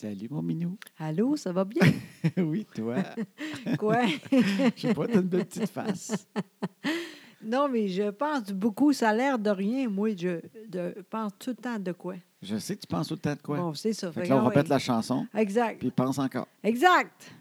Salut, mon minou. Allô, ça va bien? Oui, toi. Quoi? Je sais pas, t'as une belle petite face. Non, mais je pense beaucoup. Ça a l'air de rien, moi. Je pense tout le temps de quoi? Je sais que tu penses tout le temps de quoi. Bon, c'est ça. Fait que là, on ah répète ouais. la chanson, Exact. puis pense encore. Exact.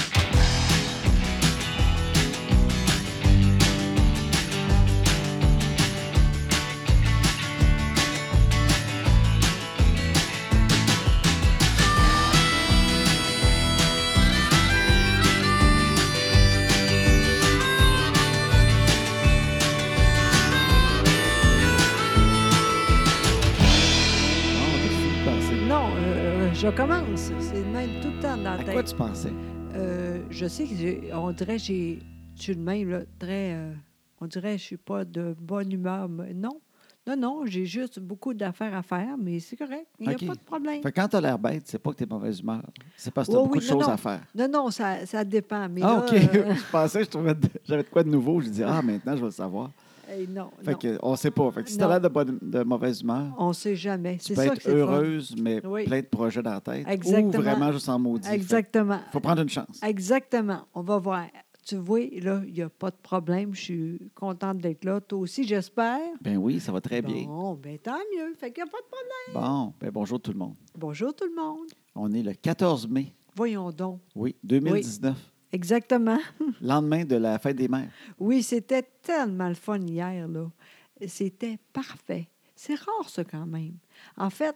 Non, t'es fini de penser. Non, je commence. C'est même tout le temps dans la À tête. quoi tu pensais? Je sais que on dirait que je suis le même, là, très... on dirait que je suis pas de bonne humeur. Mais non. Non, j'ai juste beaucoup d'affaires à faire, mais c'est correct. Il n'y a OK. pas de problème. Fait que quand t'as l'air bête, c'est pas que t'es de mauvaise humeur. C'est parce que t'as Oh, beaucoup oui, de choses non. à faire. Non, ça dépend. Mais Ah, là, OK. Je pensais que j'avais de quoi de nouveau. Je dis, maintenant, je vais le savoir. non, Fait non. que, on sait pas. Fait que si t'as Non. l'air de mauvaise humeur, On ne sait jamais. tu C'est peux ça que être c'est le fun. heureuse, mais Oui. plein de projets dans la tête. Exactement. Ou vraiment juste en maudit. Exactement. Il faut prendre une chance. Exactement. On va voir. Tu vois, là, il n'y a pas de problème. Je suis contente d'être là. Toi aussi, j'espère. Ben oui, ça va très bien. Bon, bien, tant mieux. Fait qu'il n'y a pas de problème. Bon, ben bonjour tout le monde. Bonjour, tout le monde. On est le 14 mai, Voyons donc. oui, 2019, Exactement. lendemain de la fête des mères. Oui, c'était tellement le fun hier, là. C'était parfait. C'est rare, ça, quand même. En fait,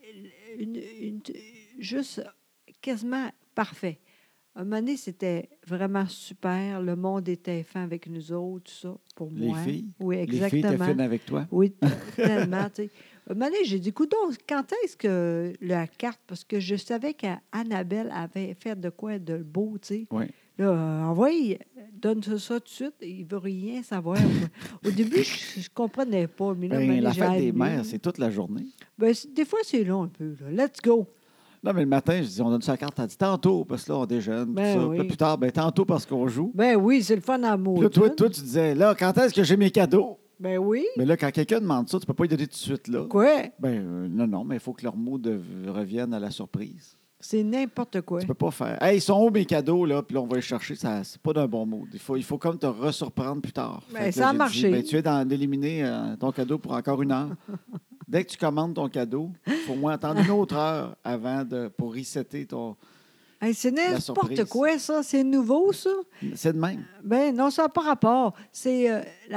juste quasiment parfait. Un moment donné, c'était vraiment super. Le monde était fin avec nous autres, tout ça, pour Les moi. filles? Oui, Les filles étaient exactement. fines avec toi? Oui, tellement, tu sais. Un moment donné, j'ai dit, coudonc, quand est-ce que la carte, parce que je savais qu'Annabelle avait fait de quoi de beau, tu sais. Oui. Là, envoie, donne ça tout de suite. Il ne veut rien savoir. Au début, je ne comprenais pas. Mais là, Ben, la j'ai fête des allumé. mères, c'est toute la journée. Ben, des fois, c'est long un peu. Là. Let's go. Non, mais le matin, je dis, on donne ça à la carte. Elle dit tantôt, parce que là, on déjeune. Ben tout ça. oui. Puis là, plus tard, ben tantôt, parce qu'on joue. Ben oui, c'est le fun à Puis là, mot. toi, tu disais, là, quand est-ce que j'ai mes cadeaux? Ben oui. Mais là, quand quelqu'un demande ça, tu peux pas y donner tout de suite, là. Quoi? Ben, non, mais il faut que leurs mots reviennent à la surprise. C'est n'importe quoi. Tu peux pas faire. Hey, ils sont où mes cadeaux, là? Puis là, on va les chercher. Ça, c'est pas d'un bon mot. Il faut comme te ressurprendre plus tard. Ben, Fait que ça là, a j'ai marché. dit, ben, tu es d'éliminer ton cadeau pour encore 1 heure. Dès que tu commandes ton cadeau, il faut au moins attendre 1 autre heure pour resetter ton. Hey, c'est n'importe surprise. quoi, ça. C'est nouveau, ça. C'est de même. Ben non, ça n'a pas rapport. C'est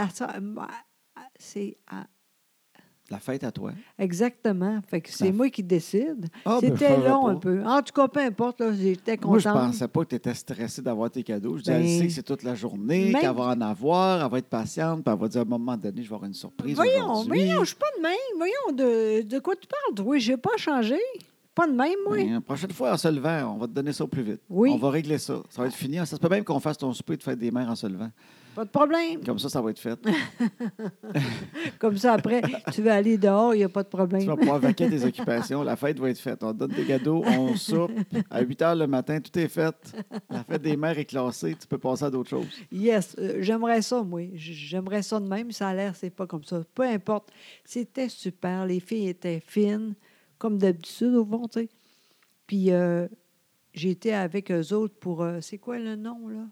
c'est La fête à toi. exactement. Fait que c'est Ça- moi qui décide. Ah, ben, je C'était savais long pas. un peu. En tout cas, peu importe, là, j'étais contente. Moi, je pensais pas que tu étais stressé d'avoir tes cadeaux. Je disais, Ben, elle sait que c'est toute la journée, même- qu'elle va en avoir, elle va être patiente, puis elle va dire à un moment donné, je vais avoir une surprise Voyons, aujourd'hui. je suis pas de même. Voyons, de quoi tu parles? Oui, j'ai pas changé. Pas de même, moi. Ben, la prochaine fois, en se levant, on va te donner ça au plus vite. Oui. On va régler ça. Ça va être fini. Ça se peut même qu'on fasse ton souper de fête des mères en se levant. Pas de problème. Comme ça va être fait. Comme ça, après, tu veux aller dehors, il n'y a pas de Tu problème. vas pouvoir vaquer tes occupations. La fête va être faite. On te donne tes cadeaux, on soupe. À 8 heures le matin, tout est fait. La fête des mères est classée. Tu peux passer à d'autres choses. Yes, j'aimerais ça, moi. J'aimerais ça de même. Ça a l'air, c'est pas comme ça. Peu importe. C'était super. Les filles étaient fines, comme d'habitude, au fond, tu sais. Puis, j'ai été avec eux autres pour... c'est quoi le nom, là?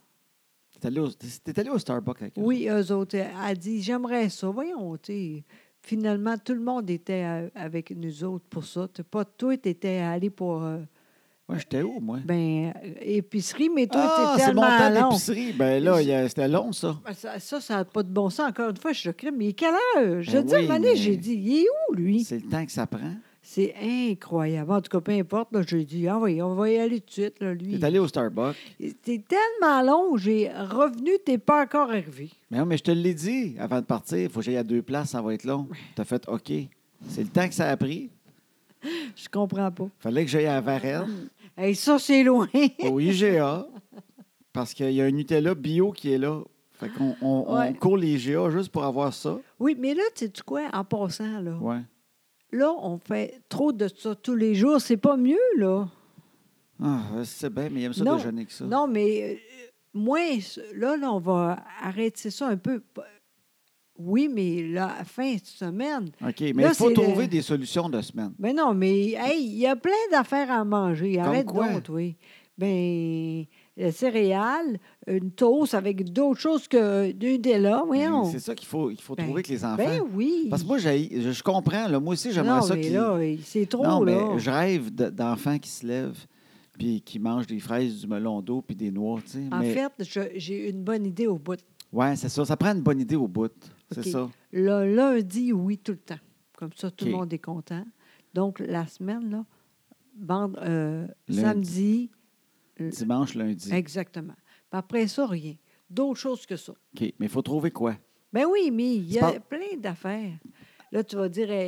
T'es allé au Starbucks avec eux? Oui, eux autres. Elle a dit, j'aimerais ça. Voyons, tu sais. Finalement, tout le monde était avec nous autres pour ça. Pas toi, tu étais allé pour... Ouais, j'étais où, moi? Épicerie, mais toi, Ah, t'es c'est mon tellement temps long. d'épicerie. Ben là, c'était long, ça. Ben, ça n'a pas de bon sens. Encore une fois, je suis choquée. Mais quelle heure? Je Ben dis à un oui, moment donné, mais- j'ai dit, il est où, lui? C'est le temps que ça prend. C'est incroyable. En tout cas, peu importe, là, j'ai dit, ah oui, on va y aller tout de suite, là, lui. T'es allé au Starbucks. C'est tellement long, j'ai revenu, t'es pas encore arrivé. Mais non, mais je te l'ai dit avant de partir. Il faut que j'aille à 2 places, ça va être long. Tu as fait OK. C'est le temps que ça a pris. Je comprends pas. Fallait que j'aille à Varennes, Hey, ça, c'est loin. au IGA, parce qu'il y a un Nutella bio qui est là. Fait qu'on Ouais. court les IGA juste pour avoir ça. Oui, mais là, tu sais quoi, en passant, là, Ouais. là, on fait trop de ça tous les jours. C'est pas mieux, là. Ah, c'est bien, mais il aime ça Non. déjeuner que ça. Non, mais moi, là, on va arrêter ça un peu. Oui, mais la fin de semaine. OK, mais Là, il faut c'est trouver le- des solutions de semaine. Ben non, mais hey, il y a plein d'affaires à manger. Arrête quoi? donc, oui. Ben, le céréales, une toast avec d'autres choses que du Nutella, Ben, voyons. c'est ça il faut trouver Ben, avec les ben enfants. Parce que moi, oui. je comprends. Là, moi aussi, j'aimerais Non, ça mais qu'ils... là, c'est Non, trop, mais là. je rêve d'enfants qui se lèvent puis qui mangent des fraises, du melon d'eau puis des noix, tu sais. En Mais fait, j'ai une bonne idée au bout. ouais, c'est ça. Ça prend une bonne idée au bout. C'est OK. ça. Le lundi, oui, tout le temps. Comme ça, tout le OK. monde est content. Donc, la semaine, là, Lundi. samedi, Dimanche, lundi. exactement. Puis après ça, rien. D'autres choses que ça. OK. Mais il faut trouver quoi? Ben oui, mais il y C'est a pas- plein d'affaires. Là, tu vas dire,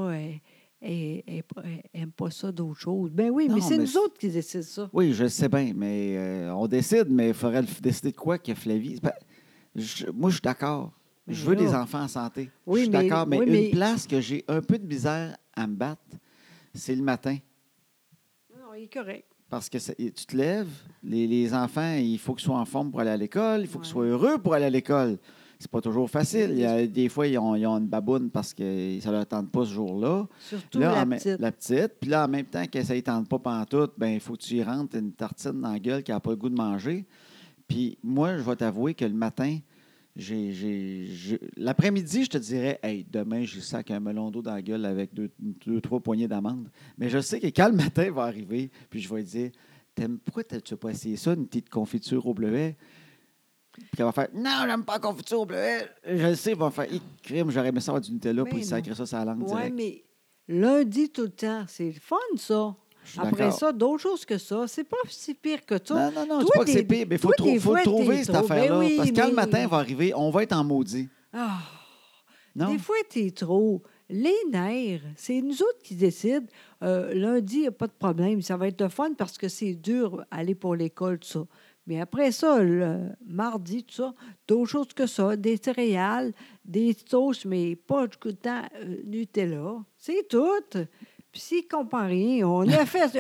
elle aime pas ça d'autres choses. Ben oui, mais Non, c'est mais nous autres qui décident ça. oui, je le sais bien, mais on décide, mais il faudrait décider de quoi que Flavie. Moi, je suis d'accord. Mais Je veux des là- enfants en santé. Oui, je suis mais- d'accord, mais oui, une mais- place que j'ai un peu de misère à me battre, c'est le matin. Non, il est correct. Parce que tu te lèves, les enfants, il faut qu'ils soient en forme pour aller à l'école, il faut qu'ils Ouais. soient heureux pour aller à l'école. C'est pas toujours facile. Il y a des fois, ils ont une baboune parce que ça ne leur tente pas ce jour-là. Surtout Là, la en petite. la petite. Puis là, en même temps que ça ne tente pas pantoute, ben il faut que tu y rentres une tartine dans la gueule qui n'a pas le goût de manger. Puis moi, je vais t'avouer que le matin, l'après-midi, je te dirais, hey, demain, je sac un melon d'eau dans la gueule avec deux, trois poignées d'amandes. Mais je sais que quand le matin va arriver, puis je vais dire, pourquoi tu n'as pas essayé ça, une petite confiture au bleuet? Puis elle va faire, non, j'aime pas la confiture au bleuet. Je le sais, il va faire, crime, j'aurais aimé ça avoir du Nutella, Mais puis il non. sacrer ça sur la langue Oui, direct. mais lundi tout le temps, c'est le fun, ça. Je suis Après d'accord. ça, d'autres choses que ça. C'est pas si pire que ça. Non, non, non, Toi, c'est pas que c'est t'es- pire, mais il toi, des faut fois, trouver t'es cette trop. affaire-là. Ben oui, parce que quand le mais- matin va arriver, on va être en maudit. Ah, Non? des fois, t'es trop. Les nerfs, c'est nous autres qui décident. Lundi, il n'y a pas de problème. Ça va être le fun parce que c'est dur aller pour l'école, tout ça. Mais après ça, le mardi, tout ça, d'autres choses que ça, des céréales, des toasts, mais pas tout le temps Nutella. C'est tout. Puis s'il ne comprend rien, on a fait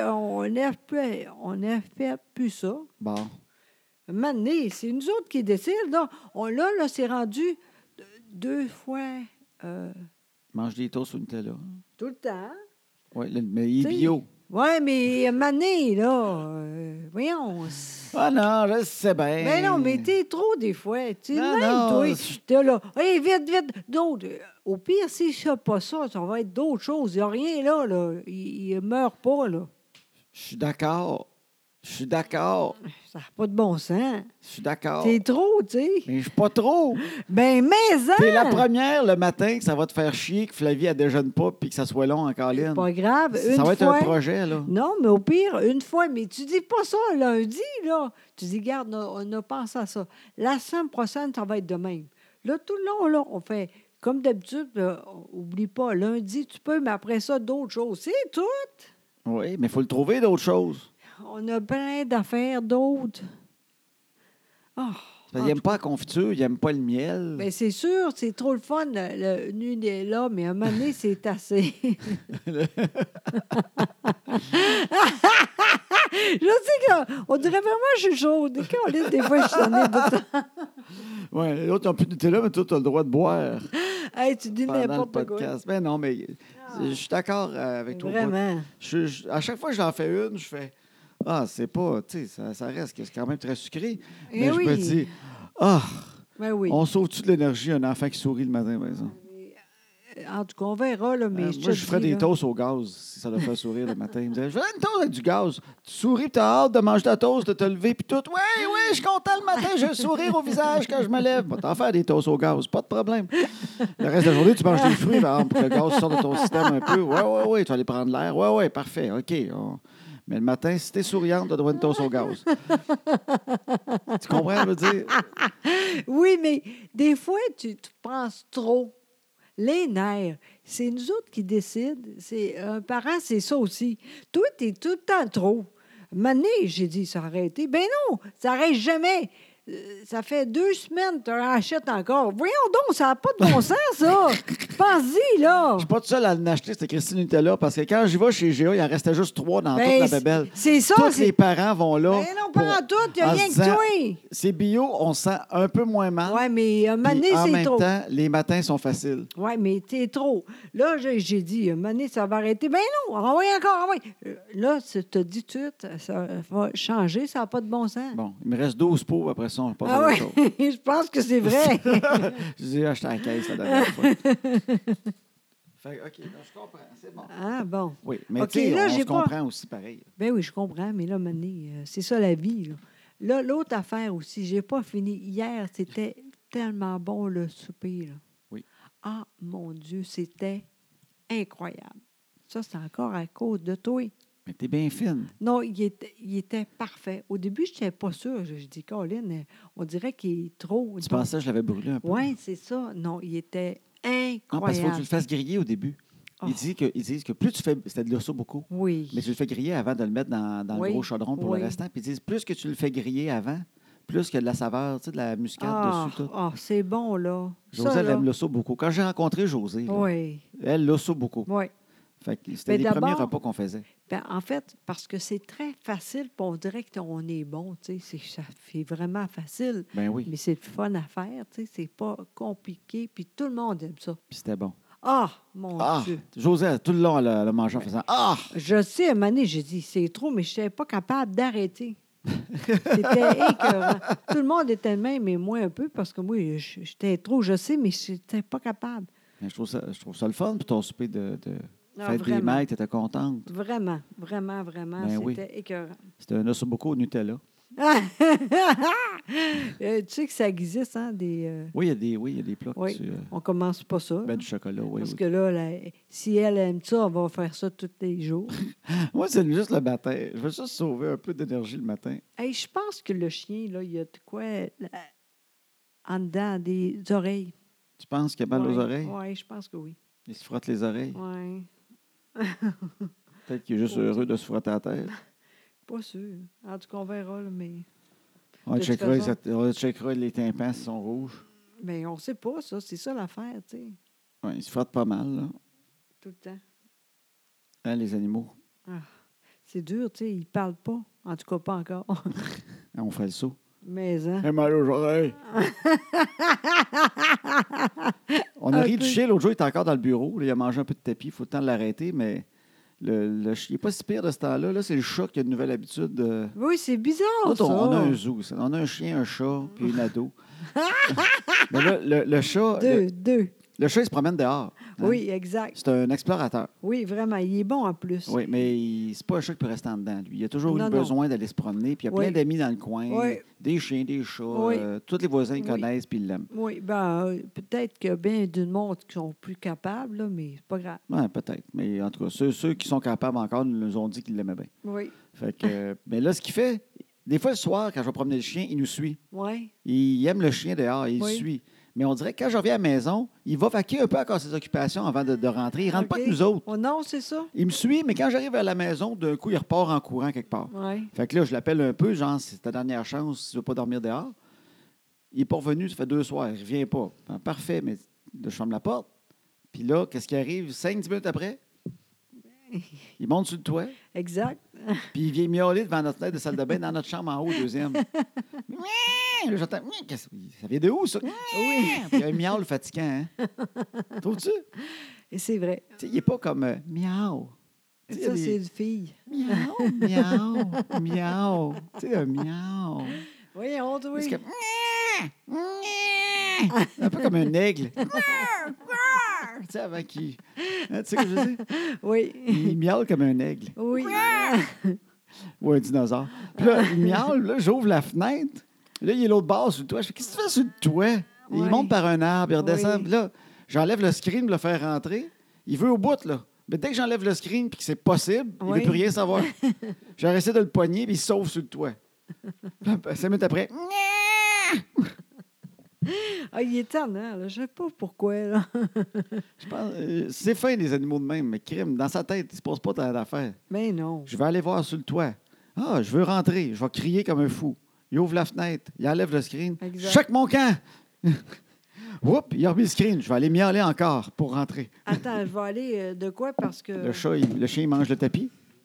plus ça. Bon. Maintenant, c'est nous autres qui décident. Là, c'est rendu 2 fois Mange des toasts au Nutella. tout le temps. Oui, mais il est T'sais, bio. Oui, mais Mané, là, voyons. Ah non, je sais bien. Mais non, mais t'es trop des fois. Tu Non, même, non, toi, je- t'es là. Hé, vite, vite. D'autres. Au pire, si je sais pas ça, ça va être d'autres choses. Il n'y a rien là, là. Il ne meurt pas, là. Je suis d'accord. Je suis d'accord. Ça n'a pas de bon sens. Je suis d'accord. T'es trop, tu sais. Mais je suis pas trop. Ben, mais-en! T'es la première le matin que ça va te faire chier que Flavie, elle déjeune pas puis que ça soit long en câline. Pas grave. Ça Une va être fois. un projet, là. Non, mais au pire, une fois. Mais tu dis pas ça lundi, là. Tu dis, garde, on a pensé à ça. La semaine prochaine, ça va être de même. Là, tout le long, là, on fait, comme d'habitude, oublie pas, lundi, tu peux, mais après ça, d'autres choses. C'est tout. Oui, mais il faut le trouver d'autres choses. On a plein d'affaires d'autres. Ah, Il n'aime pas la confiture, il n'aime pas le miel. bien, c'est sûr, c'est trop le fun, le Nutella, mais à un moment donné, c'est assez. Je sais qu'on dirait vraiment que je suis chaude. Quand des fois, je suis sonnée de temps. Oui, l'autre n'a plus de Nutella, mais toi, tu as le droit de boire Hey, tu dis pendant le n'importe quoi. podcast. Ben non, mais je suis d'accord avec toi. Vraiment. À chaque fois que j'en fais une, je fais ah, c'est pas, tu sais, ça reste que c'est quand même très sucré. Eh Mais je me oui. dis ah, Ben oui. on sauve-tu de l'énergie un enfant qui sourit le matin, par exemple? En tout cas, on verra, là, mais Moi, te je ferais dis, des là, toasts au gaz si ça le fait sourire le matin. Il me disait, je ferais une toast avec du gaz. Tu souris, tu as hâte de manger ta toast, de te lever, puis tout. Oui, oui, je suis content le matin, j'ai un sourire au visage quand je me lève. Va t'en faire des toasts au gaz, pas de problème. Le reste de la journée, tu manges des fruits, par exemple, pour que le gaz sorte de ton système un peu. Oui, oui, oui, tu vas aller prendre l'air. Oui, oui, parfait, OK. Mais le matin, si t'es souriante, tu dois une toast au gaz. Tu comprends, je veux dire? Oui, mais des fois, tu penses trop. Les nerfs, c'est nous autres qui décident. Un parent, c'est ça aussi. Toi, tu es tout le temps trop. Mané, j'ai dit, ça a arrêté. Ben non, ça n'arrête jamais. ça fait 2 semaines que tu en achètes encore. Voyons donc, ça n'a pas de bon sens, ça. Pense-y, là. Je suis pas tout seul à l'acheter, cette Christine Nutella, parce que quand j'y vais chez GA, il en restait juste 3 dans toute la bébelle. C'est ça. Tous les parents vont là. Ben non, pas en tout, il n'y a en rien se que disant, toi. C'est bio, on se sent un peu moins mal. Oui, mais un moment Puis donné, en c'est même trop. temps, les matins sont faciles. Oui, mais t'es trop. Là, j'ai dit, un moment donné, ça va arrêter. Ben non, envoie encore, envoie. Là, tu te dis tout de suite, ça va changer, ça n'a pas de bon sens. Bon, il me reste 12 pots, après ça, on passe à Ah autre oui, chose. je pense que c'est vrai. Je dis, acheté la caisse la dernière fois. Fait que, OK, donc, je comprends, c'est bon. Ah, bon. Oui, mais OK, tu sais, là, on j'ai se pas- comprend aussi pareil. Ben oui, je comprends, mais là, Mané, c'est ça la vie. Là, l'autre affaire aussi, j'ai pas fini. Hier, c'était tellement bon le souper. Là. Oui. Ah, mon Dieu, c'était incroyable. Ça, c'est encore à cause de toi. Mais t'es bien fine. Non, il était parfait. Au début, je n'étais pas sûre. Je dis, Colin, on dirait qu'il est trop. Tu pensais que je l'avais brûlé un peu? Oui, c'est ça. Non, il était incroyable. Non, parce qu'il faut que tu le fasses griller au début. Oh. Ils disent que plus tu fais... C'était de l'osso beaucoup. Oui. Mais tu le fais griller avant de le mettre dans Oui, le gros chaudron pour oui. le restant. Puis ils disent, plus que tu le fais griller avant, plus qu'il y a de la saveur, tu sais, de la muscade dessus. Tout. C'est bon, là. Josée, Ça, elle là. aime l'osso beaucoup. Quand j'ai rencontré Josée, là, Oui, elle l'osso beaucoup. oui. Fait que c'était Mais les premiers d'abord- repas qu'on faisait. Ben, en fait, parce que c'est très facile, puis on dirait qu'on est bon, tu sais, ça fait vraiment facile, Ben oui. mais c'est le fun à faire, tu sais, c'est pas compliqué, puis tout le monde aime ça. Puis c'était bon. Ah, mon Ah! Dieu! Josée, tout le long, elle a mangé en faisant ah! Je sais, à un moment donné, j'ai dit, c'est trop, mais je n'étais pas capable d'arrêter. C'était écœurant. Tout le monde était le même, mais moi un peu, parce que moi, j'étais trop, je sais, mais je n'étais pas capable. Ben, je trouve ça le fun pour ton souper de Ah, fête des vraiment. mères, tu étais contente. Vraiment, vraiment, vraiment, Ben oui. c'était écœurant. C'était un osso beaucoup au Nutella. Tu sais que ça existe, hein, des... Oui, il y a des plats Oui, que tu on commence pas ça. mets hein, du chocolat. Oui, parce oui. que là, si elle aime ça, on va faire ça tous les jours. Moi, c'est juste le matin. Je veux juste sauver un peu d'énergie le matin. Hey, je pense que le chien, là, il y a de quoi en dedans des oreilles. Tu penses qu'il a mal aux oreilles? Oui, je pense que oui. Il se frotte les oreilles. Oui, Peut-être qu'il est juste Oh, heureux de se frotter la tête. pas sûr. En tout cas, on verra, là, mais... On De toute checkera, façon- on checkera les tympans s'ils sont rouges. Mais on sait pas, ça. C'est ça l'affaire, tu sais, Ouais, ils se frottent pas mal, là. tout le temps. Hein, les animaux. C'est dur, tu sais, ils parlent pas. En tout cas, pas encore. Hein, on ferait le saut. Mais, hein? J'ai mal aux oreilles. On a Un ri du peu. chien l'autre jour, il était encore dans le bureau. Là, il a mangé un peu de tapis, il faut le temps de l'arrêter, mais le chien n'est pas si pire de ce temps-là. Là, c'est le chat qui a une nouvelle habitude de. Oui, c'est bizarre, Nous autres, ça. on a un zoo. Ça. On a un chien, un chat, puis une ado. Mais là, le chat, Deux. le chat, il se promène dehors. hein. Oui, exact. C'est un explorateur. Oui, vraiment. Il est bon en plus. Oui, mais c'est pas un chat qui peut rester en dedans, lui. Il a toujours Non, eu non. besoin d'aller se promener, puis il y a Oui. plein d'amis dans le coin. Oui. Des chiens, des chats. Oui. Tous les voisins le Oui. connaissent, puis ils l'aiment. Oui, ben, peut-être qu'il y a bien d'une monde qui sont plus capables, là, mais c'est pas grave. Oui, peut-être. Mais en tout cas, ceux qui sont capables encore nous ont dit qu'ils l'aimaient bien. Oui. Fait que, mais là, ce qu'il fait, des fois, le soir, quand je vais promener le chien, il nous suit. Oui. Il aime le chien dehors, il Oui. le suit. Mais on dirait que quand je reviens à la maison, il va vaquer un peu encore ses occupations avant de rentrer. Il ne rentre pas OK. avec nous autres. Oh non, c'est ça? Il me suit, mais quand j'arrive à la maison, d'un coup, il repart en courant quelque part. Oui. Fait que là, je l'appelle un peu, genre, c'est ta dernière chance, si tu ne veux pas dormir dehors. Il n'est pas revenu, ça fait 2 soirs, il ne revient pas. Ben, parfait, mais là, je ferme la porte. Puis là, qu'est-ce qui arrive 5-10 minutes après? Il monte sur le toit, Exact. puis il vient miauler devant notre fenêtre de salle de bain dans notre chambre en haut, deuxième. Là, j'entends, ça vient de où, ça? Oui. Puis il y a un miaule fatigant, hein? Trouves-tu? Et c'est vrai. Tu sais, il n'est pas comme miaou. Tu sais, il y a Ça, des- c'est une fille. Miaou, miaou, miaou. Tu sais, un miaou. Voyons, C'est oui. comme... un peu comme un aigle. Tu sais, avant qu'il... Hein, tu sais ce que je veux dire? Oui. Il miaule comme un aigle. Oui. Ou un dinosaure. Puis là, il miaule, là, j'ouvre la fenêtre. Là, il est l'autre bord sur le toit. Je fais, qu'est-ce que tu fais sur le toit? Il Oui. monte par un arbre, il redescend. Oui. Puis là, j'enlève le screen pour le faire rentrer. Il veut au bout, là. Mais dès que j'enlève le screen et que c'est possible, il ne Oui. veut plus rien savoir. J'ai essayé de le poigner, puis il se sauve sur le toit. Puis là, 5 minutes après, Ah, il est tannant, là. Je sais pas pourquoi, là. je pense, c'est fin, les animaux de même, mais crime, dans sa tête, il se passe pas tant d'affaires. Mais non. Je vais aller voir sur le toit. Ah, je veux rentrer. Je vais crier comme un fou. il ouvre la fenêtre, il enlève le screen. Exact. Check mon camp! Oups, il a remis le screen. Je vais aller miauler encore pour rentrer. Attends, je vais aller de quoi parce que. Le chien, il mange le tapis.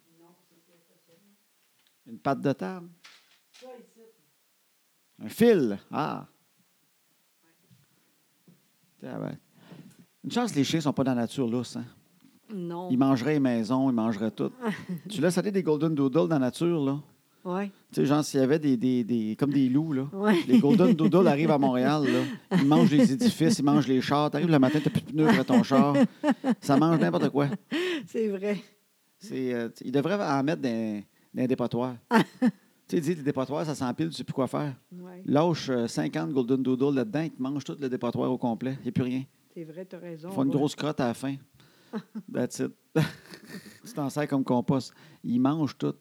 Une patte de table. Un fil. Ah! Ah ouais. Une chance que les chiens ne sont pas dans la nature lousse. Hein? Non. Ils mangeraient les maisons, ils mangeraient tout. Tu laisses aller des Golden Doodle dans la nature, là. Oui. Tu sais, genre, s'il y avait comme des loups, là. Ouais. Les Golden Doodle arrivent à Montréal, là. Ils mangent les édifices, ils mangent les chars. Tu arrives le matin, tu n'as plus de pneus pour ton char. Ça mange n'importe quoi. C'est vrai. Ils devraient en mettre dans les dépotoirs. Tu sais, les dépotoirs, ça s'empile, tu ne sais plus quoi faire. Oui. Lâche 50 Golden Doodle là-dedans, ils te mangent tout le dépotoir au complet. Il n'y a plus rien. C'est vrai, tu as raison. Ils font une ouais. grosse crotte à la fin. That's it. Tu t'en sers comme compost. Ils mangent tout.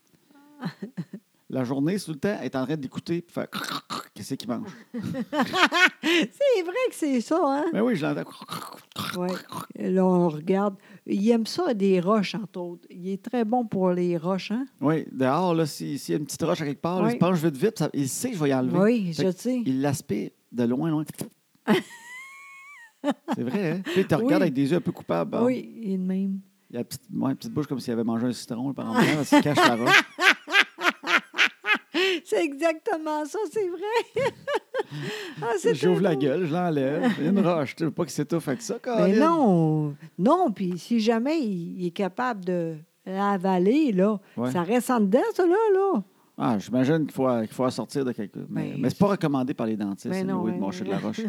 La journée, tout le temps, elle est en train d'écouter et faire qu'est-ce qu'ils mangent. C'est vrai que c'est ça, hein? Mais oui, je l'entends. Oui. Là, on regarde. Il aime ça, des roches, entre autres. Il est très bon pour les roches, hein? Oui, dehors, là, s'il y a une petite roche à quelque part, Oui. il se penche vite, vite, il sait que je vais y enlever. Oui, Fait je que sais. Il l'aspire de loin, loin. C'est vrai, hein? Puis il te regarde Oui. avec des yeux un peu coupables. Bon. Oui, il est de même. Il a une petite bouche comme s'il avait mangé un citron pendant longtemps, parce qu'il cache la roche. C'est exactement ça, c'est vrai. Ah, c'est J'ouvre très la drôle. gueule, je l'enlève. Il y a une roche. Tu veux pas qu'il s'étouffe avec ça, Mais Colin? non, non, puis si jamais il est capable de l'avaler, là, Ouais. ça reste en dedans, ça, là. Ah, j'imagine qu'il faut sortir de quelque chose. Mais Ben, c'est pas recommandé par les dentistes, ben non, de mâcher de la roche.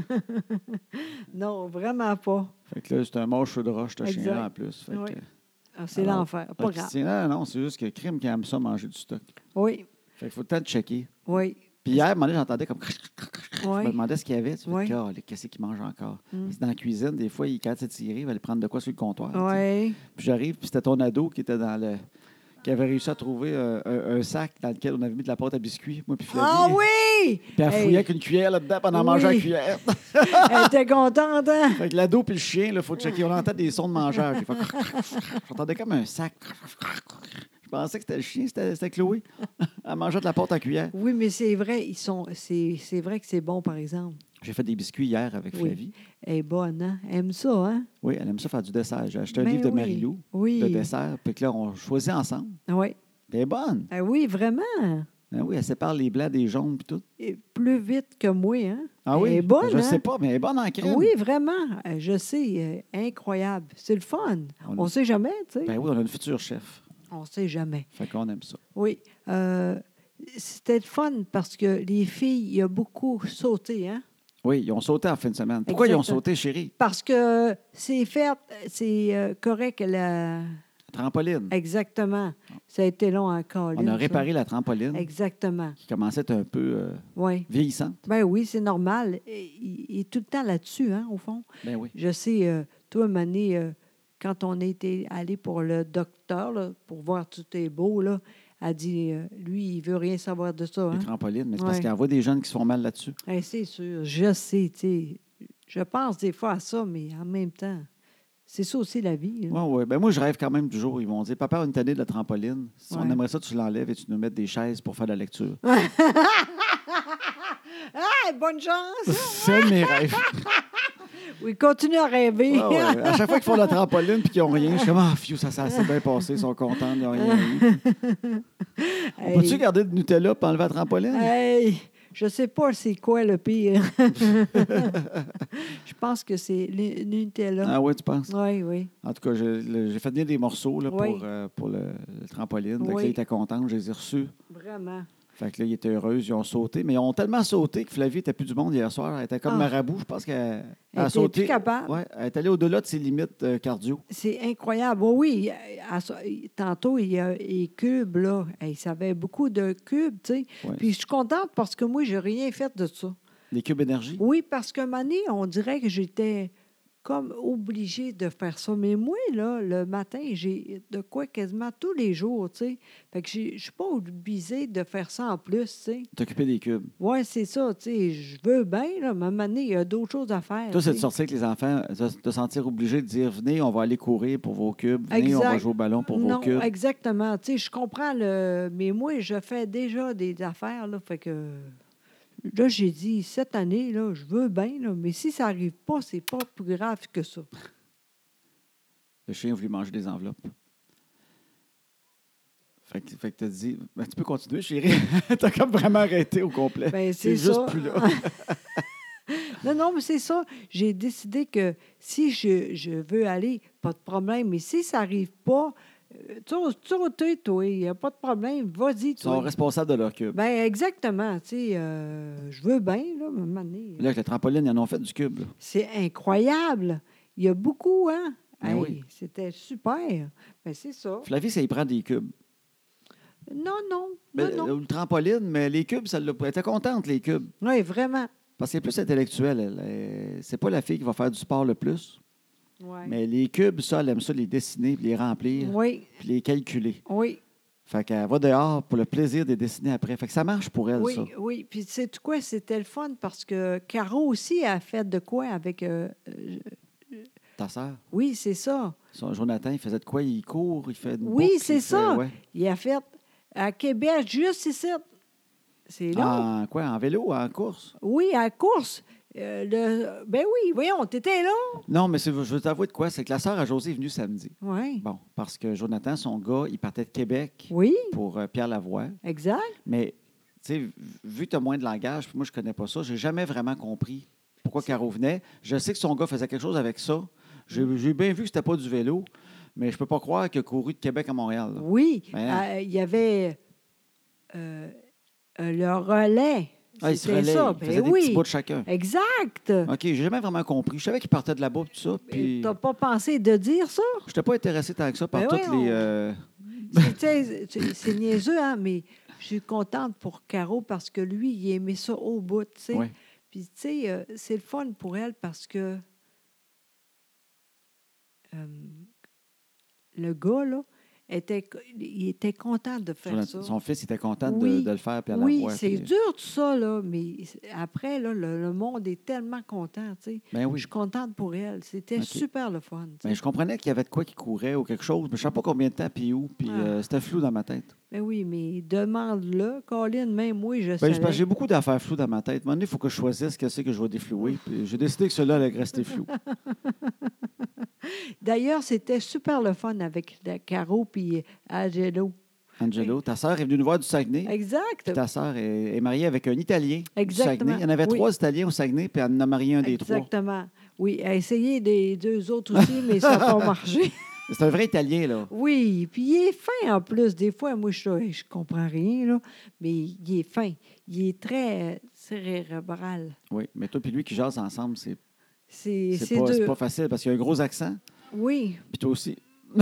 Non, vraiment pas. Fait que là, c'est un mâcheux de roche, ce chien-là, Exact. en plus. Fait Oui. que, Ah, c'est alors, l'enfer. Pas fait que grave. non, c'est juste que crime qui aime ça manger du stock. Oui, Fait qu'il faut tout le temps checker. oui, Puis hier, à un moment donné, j'entendais comme... Je me oui. demandais ce qu'il y avait. Tu Oui. fais, qu'est-ce qu'il mange encore? Mm. Puis dans la cuisine, des fois, quand c'est tiré, il va aller prendre de quoi sur le comptoir. tu sais. Oui. Puis j'arrive, puis c'était ton ado qui était dans le... qui avait réussi à trouver un sac dans lequel on avait mis de la pâte à biscuits, moi puis Flavie. Ah oui! Puis elle Hey. fouillait avec une cuillère là-dedans pendant Oui. manger la cuillère. Elle était contente, hein? Fait que l'ado puis le chien, il faut checker. On entend des sons de mangeur. J'ai fait... J'entendais comme un sac. Je pensais que c'était le chien, c'était Chloé. Elle mangeait de la pâte à cuillère. Oui, mais c'est vrai, c'est vrai que c'est bon, par exemple. J'ai fait des biscuits hier avec Oui. Flavie. Elle est bonne, hein? Elle aime ça, hein? Oui, elle aime ça faire du dessert. J'ai acheté un Ben livre de oui. Marie-Lou Oui. de dessert. Puis que là, on choisit ensemble. Oui. Puis elle est bonne. Ah oui, vraiment. Ben oui, elle sépare les blancs des jaunes puis tout. Et plus vite que moi, hein? Ah oui? Elle est bonne, Je hein? sais pas, mais elle est bonne en crème. Oui, vraiment. Je sais. Incroyable. C'est le fun. On ne sait jamais, tu sais. Ben oui, on a une future chef. On ne sait jamais. Fait qu'on aime ça. Oui. C'était le fun parce que les filles, il y a beaucoup sauté, hein? Oui, ils ont sauté en fin de semaine. Pourquoi ils ont Exactement. sauté, chérie? Parce que c'est fait, c'est correct. Trampoline. Exactement. Ça a été long en colline. On a ça. réparé la trampoline Exactement. qui commençait à être un peu Oui. vieillissante. Ben oui, c'est normal. Il est tout le temps là-dessus, hein, au fond. Ben oui. Je sais, toi, Mané, quand on était allé pour le docteur, là, pour voir tout est beau, là, elle dit, lui, il veut rien savoir de ça. Les Hein? trampolines, mais c'est parce Ouais. qu'il envoie des jeunes qui se font mal là-dessus. C'est sûr, je sais, tu sais. Je pense des fois à ça, mais en même temps, c'est ça aussi la vie. Oui, oui. Ben moi, je rêve quand même du jour. Ils vont dire, papa, une tannée de la trampoline. Si on Ouais. aimerait ça, tu l'enlèves et tu nous mets des chaises pour faire de la lecture. Ah, bonne chance! C'est un de mes rêves. Oui, continue à rêver. Ouais, ouais. À chaque fois qu'ils font la trampoline et qu'ils n'ont rien, je suis comme, ah, fiou, ça s'est bien passé, ils sont contents, ils n'ont rien eu. On Hey. peut-tu garder de Nutella pour enlever la trampoline? Hey, je sais pas c'est quoi le pire. Je pense que c'est le Nutella. Ah oui, tu penses? Oui, oui. En tout cas, j'ai fait venir des morceaux là, Oui. pour le trampoline. Donc Oui. là, il était content, je les ai reçus. Vraiment. Fait que là, ils étaient heureux, ils ont sauté. Mais ils ont tellement sauté que Flavie n'était plus du monde hier soir. Elle était comme Ah. marabout. Je pense qu'elle Elle a était sauté. plus capable. Ouais, elle est allée au-delà de ses limites cardio. C'est incroyable. Oh oui, tantôt, il y a les cubes, là. Hey, ça avait beaucoup de cubes, tu sais. Ouais. Puis je suis contente parce que moi, j'ai rien fait de ça. Les cubes énergie. Oui, parce qu'à un moment donné, on dirait que j'étais comme obligée de faire ça. Mais moi, là, le matin, j'ai de quoi quasiment tous les jours, tu sais. Fait que je suis pas obligée de faire ça en plus, tu sais. T'occuper des cubes. Oui, c'est ça, tu sais. Je veux bien, là, mais à un moment donné, il y a d'autres choses à faire. Toi, c'est tu de sais. sortir avec les enfants, de te sentir obligé de dire venez, on va aller courir pour vos cubes. Venez, on va Exact. jouer au ballon pour vos Non, cubes. exactement. Tu sais, je comprends le. Mais moi, je fais déjà des affaires, là. Fait que. Là, j'ai dit, cette année, là, je veux bien, là, mais si ça n'arrive pas, c'est pas plus grave que ça. Le chien a voulu manger des enveloppes. Fait que t'as dit, ben, tu peux continuer, chérie. T'as comme vraiment arrêté au complet. Ben, C'est c'est juste ça. plus là. Non, non, mais c'est ça. J'ai décidé que si je veux aller, pas de problème. Mais si ça n'arrive pas, toi, il n'y a pas de problème. Vas-y, Ils sont toi. responsables de leur cube. Ben exactement. Tu sais, je veux bien, là, mais à un moment donné, Là, avec le trampoline, ils en ont fait du cube. Là. c'est incroyable. Il y a beaucoup, hein? Ben Hey, oui. c'était super. Ben, c'est ça. Flavie, ça y prend des cubes. Non, non, Ben, non, non. le trampoline, mais les cubes, elle était contente, les cubes. Oui, vraiment. Parce qu'elle est plus intellectuelle. C'est pas la fille qui va faire du sport le plus. Ouais. Mais les cubes, ça, elle aime ça les dessiner, puis les remplir, Oui, puis les calculer. oui, Fait qu'elle va dehors pour le plaisir de les dessiner après. Fait que ça marche pour elle, oui, ça. oui. Puis, tu sais quoi, c'était le fun parce que Caro aussi a fait de quoi avec. Ta sœur, Oui, c'est ça. Jonathan, il faisait de quoi? Il court, il fait une Oui, boucle, c'est il fait- ça. ouais. Il a fait à Québec, juste ici. C'est là. En quoi? En vélo, en course? Oui, à la course. Ben oui, voyons, t'étais là. Non, mais je veux t'avouer de quoi? C'est que la sœur à José est venue samedi. Oui. Bon, parce que Jonathan, son gars, il partait de Québec Oui, pour Pierre Lavoie. exact. Mais, tu sais, vu que tu as moins de langage, puis moi, je connais pas ça, j'ai jamais vraiment compris pourquoi Caro venait. Je sais que son gars faisait quelque chose avec ça. J'ai bien vu que c'était pas du vélo, mais je peux pas croire qu'il a couru de Québec à Montréal. Là. Oui, Ben, il y avait le relais. Ah, il se C'était relaie, ça. il faisait Ben des petits oui, bouts de chacun. exact. OK, j'ai jamais vraiment compris. Je savais qu'il partait de là-bas, tout ça, puis T'as pas pensé de dire ça? je n'étais pas intéressé tant que ça par Ben toutes oui, les... C'est niaiseux, hein, mais je suis contente pour Caro parce que lui, il aimait ça au bout, tu sais. Ouais. Puis, tu sais, c'est le fun pour elle parce que le gars, là, il était content de faire ça. Son fils était content Oui. de le faire, puis à Oui, la voix. c'est puis- dur tout ça, là, mais après, là, le monde est tellement content, tu sais. Ben Je oui. suis contente pour elle. C'était OK. super le fun, tu sais. Ben, je comprenais qu'il y avait de quoi qui courait ou quelque chose, mais je ne sais pas combien de temps, puis où, puis Ah. c'était flou dans ma tête. Ben oui, mais demande-le, Colin, même moi, je Ben, savais. j'ai beaucoup d'affaires floues dans ma tête. À un moment donné, il faut que je choisisse qu'est-ce que je vais déflouer. Puis j'ai décidé que cela allait rester flou. D'ailleurs, c'était super le fun avec Caro puis Angelo. Angelo, ta sœur est venue nous voir du Saguenay. Exact. Puis ta sœur est mariée avec un Italien du Exactement. Saguenay. Il y en avait Oui. 3 Italiens au Saguenay, puis elle en a marié un des 3. Exactement. Oui, elle a essayé des 2 autres aussi, mais ça n'a pas marché. C'est un vrai Italien, là. Oui, puis il est fin en plus. Des fois, moi, je comprends rien, là, mais il est fin. Il est très cérébral. Oui, mais toi puis lui qui jasent ensemble, c'est C'est pas, c'est dur. pas facile parce qu'il y a un gros accent. Oui, Puis toi aussi.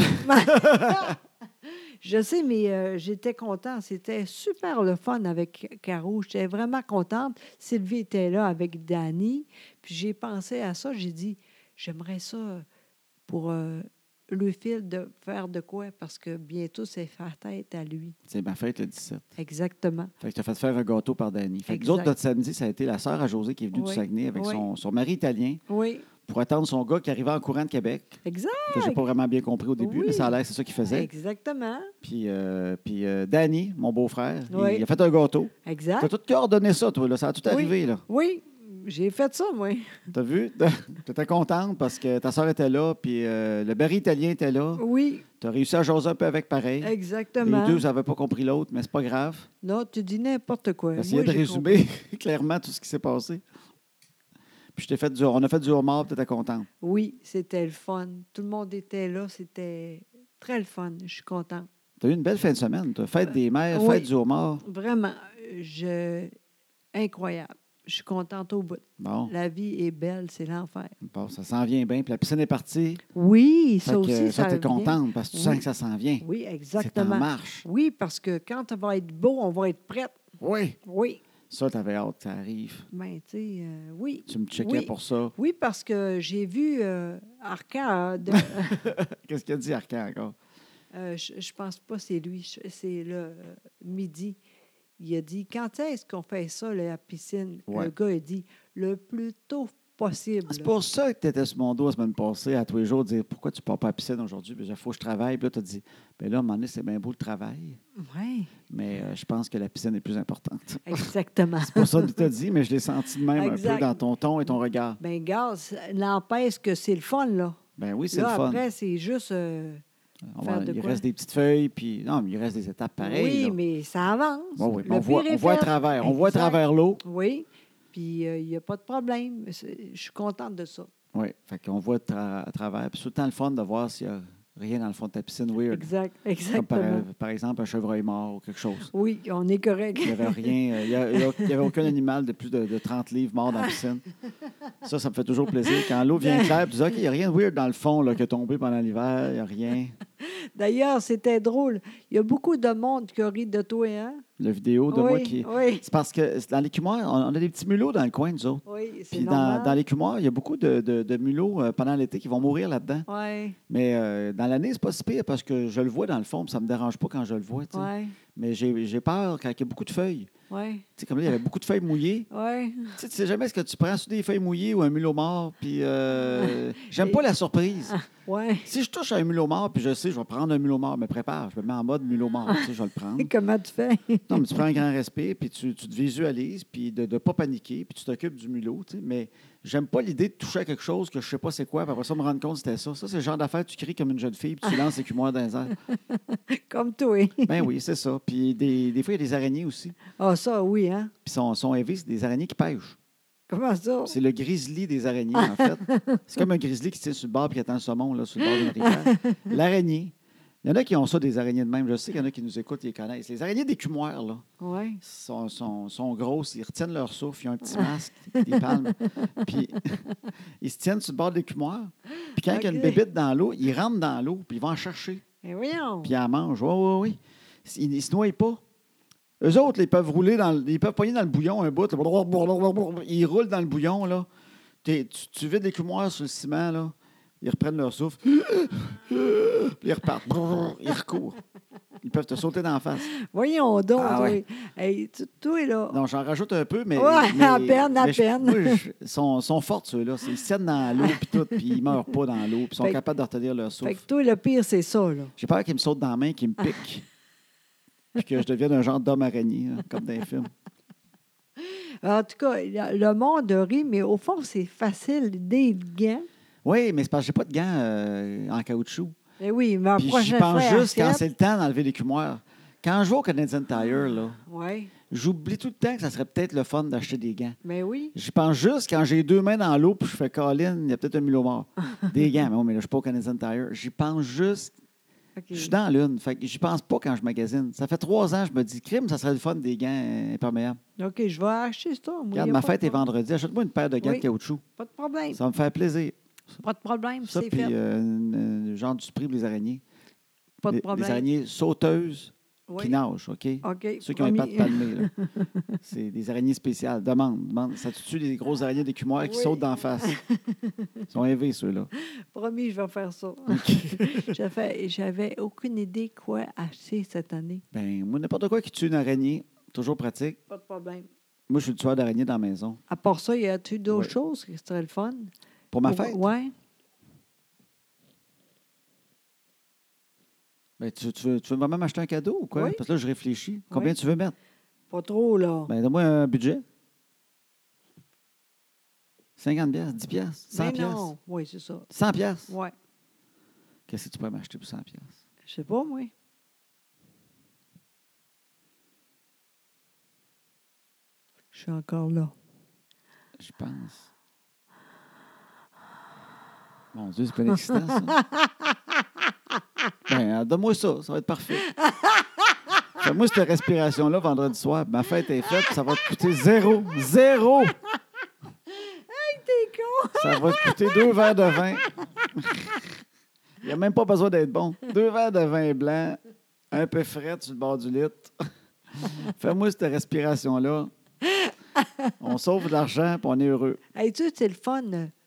je sais, mais j'étais contente. C'était super le fun avec Caro. J'étais vraiment contente. Sylvie était là avec Dani. Puis j'ai pensé à ça. J'ai dit, j'aimerais ça pour le fil de faire de quoi? Parce que bientôt, c'est sa tête à lui. C'est ma fête le 17. Exactement. Fait que tu as fait faire un gâteau par Dani. Fait que Exact. nous autres, notre samedi, ça a été la sœur à José qui est venue Oui, du Saguenay avec oui. son mari italien Oui, pour attendre son gars qui arrivait en courant de Québec. exact. Que j'ai pas vraiment bien compris au début, Oui. mais ça a l'air que c'est ça qu'il faisait. Exactement. Puis Danny, mon beau-frère, Oui. il a fait un gâteau. Tu as Exact. tout coordonné ça, toi. Là. Ça a tout Oui. arrivé. Là. Oui, j'ai fait ça, moi. T'as vu? Tu étais contente parce que ta soeur était là, puis le baril italien était là. Oui, Tu as réussi à jaser un peu avec pareil. exactement. Les deux n'avaient pas compris l'autre, mais c'est pas grave. Non, tu dis n'importe quoi. J'essayais Moi, de j'ai résumer clairement tout ce qui s'est passé. Puis on a fait du homard, puis tu étais contente. Oui, c'était le fun. Tout le monde était là. C'était très le fun. Je suis contente. Tu as eu une belle fin de semaine. Tu as fête des mères, oui. fête du homard. Vraiment, incroyable. Je suis contente au bout. Bon, La vie est belle, c'est l'enfer. bon, ça s'en vient bien. Puis la piscine est partie. Oui, Fait ça que, aussi, ça t'es vient. contente parce que tu Oui. sens que ça s'en vient. Oui, C'est en exactement. marche. Oui, parce que quand ça va être beau, on va être prête. Oui. Oui. Ça, t'avais hâte que ça arrive. Ben, tu sais, oui. Tu me checkais Oui. pour ça. Oui, parce que j'ai vu Arcade. Qu'est-ce qu'il a dit, Arcan, encore? Je pense pas que c'est lui. C'est le midi. Il a dit, quand est-ce qu'on fait ça, la piscine? Ouais. Le gars a dit, le plus tôt possible. C'est pour ça que tu étais sur mon dos la semaine passée, à tous les jours, dire pourquoi tu ne pars pas à la piscine aujourd'hui? Puis il faut que je travaille. Puis là, tu as dit, bien là, à un moment donné, c'est bien beau le travail, Oui, mais je pense que la piscine est plus importante. exactement. C'est pas ça que tu as dit, mais je l'ai senti de même un Exact. peu dans ton ton et ton regard. Ben, gars, ça n'empêche que c'est le fun, là. Ben oui, c'est Là, le fun. après, c'est juste faire de Il quoi? reste des petites feuilles, puis non, mais il reste des étapes pareilles. Oui, là. mais ça avance. Oui, Le on voit, pire est on voit à fait. travers. On voit à Exact. travers l'eau. Oui, puis il n'y a pas de problème. Je suis contente de ça. Oui, fait qu'on voit à travers. Puis c'est tout le temps le fun de voir s'il n'y a rien dans le fond de ta piscine weird. Exact, Comme exactement. par exemple un chevreuil mort ou quelque chose. Oui, on est correct. Il n'y avait rien, il y avait aucun animal de plus de 30 livres mort dans la piscine. Ça me fait toujours plaisir. Quand l'eau vient claire, tu dis, OK, il n'y a rien de weird dans le fond là, qui est tombé pendant l'hiver, il n'y a rien. D'ailleurs, c'était drôle. Il y a beaucoup de monde qui a ri de toi, hein? La vidéo de oui, moi qui. Oui, C'est parce que dans l'écumoire, on a des petits mulots dans le coin, nous autres. oui, c'est Puis normal. dans l'écumoire, il y a beaucoup de mulots pendant l'été qui vont mourir là-dedans. Oui, Mais dans l'année, c'est pas si pire parce que je le vois dans le fond, puis ça me dérange pas quand je le vois. Tu sais. oui, Mais j'ai peur quand il y a beaucoup de feuilles. oui, Tu sais, comme là, il y avait beaucoup de feuilles mouillées. oui. Tu sais jamais ce que tu prends sur des feuilles mouillées ou un mulot mort. Puis j'aime pas la surprise. Oui. Si je touche à un mulot mort, puis je sais, je vais prendre un mulot mort, je me prépare, je me mets en mode mulot mort. Tu sais, je vais le prendre. Comment tu fais? Non, mais tu prends un grand respect, puis tu te visualises, puis de ne pas paniquer, puis tu t'occupes du mulot. Tu sais. Mais j'aime pas l'idée de toucher à quelque chose que je sais pas c'est quoi, puis après ça, me rendre compte que c'était ça. Ça, c'est le genre d'affaire, tu cries comme une jeune fille, puis tu lances l'écumoire dans les airs. Comme toi. Ben oui, c'est ça. Puis des fois, il y a des araignées aussi. Ah, ça, oui, hein? Puis sont élevées, c'est des araignées qui pêchent. Comment ça? C'est le grizzly des araignées, en fait. C'est comme un grizzly qui se tient sur le bord et qui attend le saumon là, sur le bord d'une rivière. L'araignée. Il y en a qui ont ça, des araignées de même. Je sais qu'il y en a qui nous écoutent et les connaissent. Les araignées d'écumoire, là, Oui. sont grosses. Ils retiennent leur souffle. Ils ont un petit masque, des palmes. Puis, ils se tiennent sur le bord de l'écumoire. Puis, quand il y a une OK. bébite dans l'eau, ils rentrent dans l'eau, puis ils vont en chercher. Mais voyons. Puis, ils en mangent. Oui, oui, oui. Ils ne se noient pas. Eux autres, là, ils peuvent rouler ils peuvent pogner dans le bouillon un bout. Là. Ils roulent dans le bouillon, là. Tu vides l'écumoire sur le ciment, là. Ils reprennent leur souffle. Puis ils repartent. Ils recourent. Ils peuvent te sauter dans la face. Voyons donc, Ah, toi. ouais. Hey, toi, là. Non, j'en rajoute un peu, mais. Ouais, mais- à peine, à mais peine. Ils sont forts, ceux-là. Ils se tiennent dans l'eau, puis tout, puis ils meurent pas dans l'eau, puis ils sont Fait que- capables de retenir leur Fait que souffle. toi, le pire, c'est ça, là. J'ai peur qu'ils me sautent dans la main, qu'ils me piquent. Puis que je devienne un genre d'homme araignée, là, comme dans les films. En tout cas, le monde rit, mais au fond, c'est facile des gants. Oui, mais c'est parce que j'ai pas de gants en caoutchouc. Mais oui, mais la Puis j'y prochaine pense fois, juste quand c'est le temps d'enlever l'écumoire. Quand je vais au Canadian Tire, là, Oui, j'oublie tout le temps que ça serait peut-être le fun d'acheter des gants. mais oui. J'y pense juste quand j'ai 2 mains dans l'eau puis je fais Colin, il y a peut-être un mulot mort. Des gants, mais, non, mais là, je ne suis pas au Canadian Tire. J'y pense juste. OK. Je suis dans l'une. Fait que j'y pense pas quand je magasine. Ça fait 3 ans, je me dis, crime, ça serait le fun des gants imperméables. OK, je vais acheter ça. Moi, Regarde, y a ma pas fête de est problème. vendredi. Achète-moi une paire de gants Oui. de caoutchouc. Pas de problème. Ça va me faire plaisir. Pas de problème, Ça, c'est puis fait. genre du prix pour les araignées. Pas de Les problème. araignées sauteuses Oui. qui nagent, OK? OK. Ceux qui ont les promis. pattes palmées. Là. C'est des araignées spéciales. Demande. Ça tue des grosses araignées d'écumoire qui Oui. sautent d'en face. Ils sont élevés, ceux-là. Promis, je vais faire ça. J'avais aucune idée quoi acheter cette année. Ben, moi, n'importe quoi qui tue une araignée, toujours pratique. Pas de problème. Moi, je suis le tueur d'araignées dans la maison. À part ça, y a-tu d'autres Oui. choses qui seraient le fun? Pour ma fête, Oui. ben, tu veux vraiment m'acheter un cadeau ou quoi? Oui. Parce que là, je réfléchis. Combien Oui. tu veux mettre? Pas trop, là. Ben, donne-moi un budget. 50 piastres, 10 piastres, 100 Mais piastres. non. Oui, c'est ça. 100 piastres. Oui. Qu'est-ce que tu pourrais m'acheter pour 100 piastres? Je sais pas, moi. Je suis encore là. Je pense. Mon Dieu, c'est pas excitant, ça. Ben, donne-moi ça va être parfait. Fais-moi cette respiration-là vendredi soir. Ma fête est faite, ça va te coûter zéro. Zéro! T'es con! Ça va te coûter 2 verres de vin. Il n'y a même pas besoin d'être bon. 2 verres de vin blanc, un peu frais sur le bord du lit. Fais-moi cette respiration-là. On sauve de l'argent, puis on est heureux. Hey, tu sais, c'est le fun.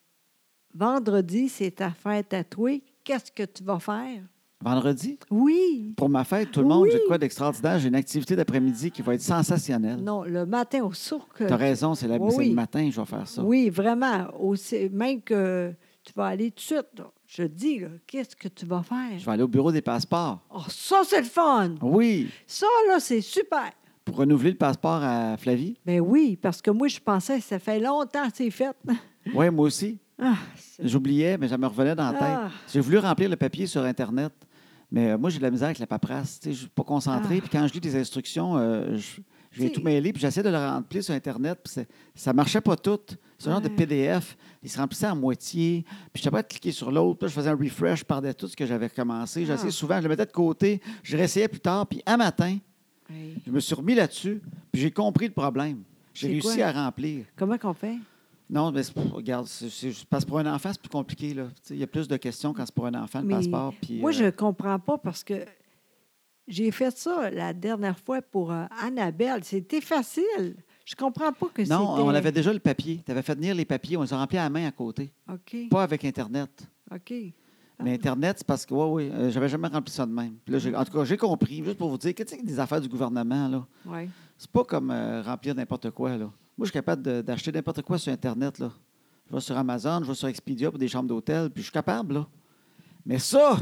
Vendredi, c'est ta fête à toi. Qu'est-ce que tu vas faire? Vendredi, Oui. pour ma fête, tout le monde, Oui. j'ai de quoi d'extraordinaire. J'ai une activité d'après-midi qui va être sensationnelle. Non, le matin au sourd. Tu as raison, c'est Oui. le matin que je vais faire ça. Oui, vraiment. Aussi, même que tu vas aller tout de suite. Là. Je te dis, là, qu'est-ce que tu vas faire? Je vais aller au bureau des passeports. Oh, ça, c'est le fun! Oui, Ça, là, c'est super! pour renouveler le passeport à Flavie. Ben oui, parce que moi, je pensais que ça fait longtemps que c'est fait. Oui, moi aussi. Ah, J'oubliais, mais ça me revenait dans la tête. Ah. J'ai voulu remplir le papier sur Internet, mais moi, j'ai de la misère avec la paperasse. Tu sais, je ne suis pas concentré. Ah. Puis quand je lis des instructions, je viens Tu tout sais- mêler. Puis j'essaie de le remplir sur Internet. Puis ça ne marchait pas tout. C'est un genre de Ouais. PDF. Il se remplissait à moitié. Puis je n'étais pas de cliquer sur l'autre. Puis là, je faisais un refresh. Je perdais tout ce que j'avais recommencé. J'essayais souvent. Je le mettais de côté. Je réessayais plus tard. Puis un matin, Oui. je me suis remis là-dessus. Puis j'ai compris le problème. J'ai C'est réussi quoi? à remplir. Comment qu'on fait? Non, mais regarde, parce que pour un enfant, c'est plus compliqué. Là. Tu sais, il y a plus de questions quand c'est pour un enfant, le Mais passeport. Puis, moi, je ne comprends pas parce que j'ai fait ça la dernière fois pour Annabelle. C'était facile. Je comprends pas que c'était... Non, on avait déjà le papier. Tu avais fait venir les papiers. On les a remplis à la main à côté. OK, Pas avec Internet. OK. Mais Internet, c'est parce que, oui, j'avais jamais rempli ça de même. Puis là, en tout cas, j'ai compris, juste pour vous dire, que tu sais, des affaires du gouvernement, là, Oui. c'est pas comme remplir n'importe quoi, là. Moi, je suis capable d'acheter n'importe quoi sur Internet, là. Je vais sur Amazon, je vais sur Expedia pour des chambres d'hôtel, puis je suis capable, là. Mais ça,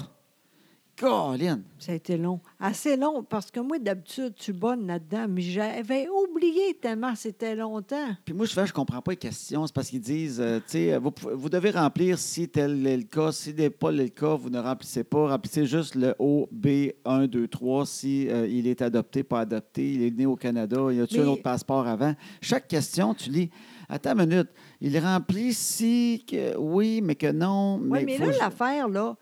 Colin! Ça a été long. Assez long, parce que moi, d'habitude, tu bonnes là-dedans, mais j'avais oublié tellement c'était longtemps. Puis moi, souvent, je ne comprends pas les questions. C'est parce qu'ils disent, tu sais, vous devez remplir si tel est le cas. Si n'est pas le cas, vous ne remplissez pas. Remplissez juste le O, B, 1, 2, 3, si il est adopté, pas adopté, il est né au Canada, il a-tu un Mais- autre passeport avant? Chaque question, tu lis, attends une minute, il remplit si, que oui, mais que non. Oui, mais faut là, que l'affaire, là,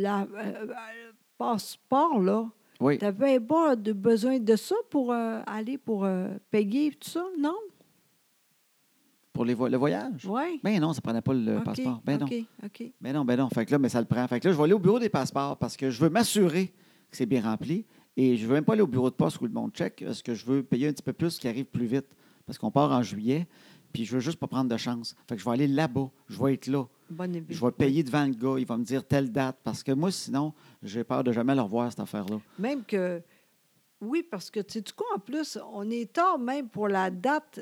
passeport, là, Oui, tu n'avais pas besoin de ça pour aller pour payer tout ça, non? pour le voyage. Oui. Ben non, ça ne prenait pas le OK, passeport. Ben non. OK, OK. Ben non. Fait que là, mais ça le prend. Fait que là, je vais aller au bureau des passeports parce que je veux m'assurer que c'est bien rempli. Et je ne veux même pas aller au bureau de poste où le monde check parce que je veux payer un petit peu plus qui arrive plus vite. Parce qu'on part en juillet, puis je veux juste pas prendre de chance. Fait que je vais aller là-bas. Je vais être là. Bonne idée. Je vais payer devant le gars. Il va me dire telle date. Parce que moi, sinon, j'ai peur de jamais le revoir, cette affaire-là. Même que, oui, parce que, tu sais, du coup, en plus, on est tard même pour la date.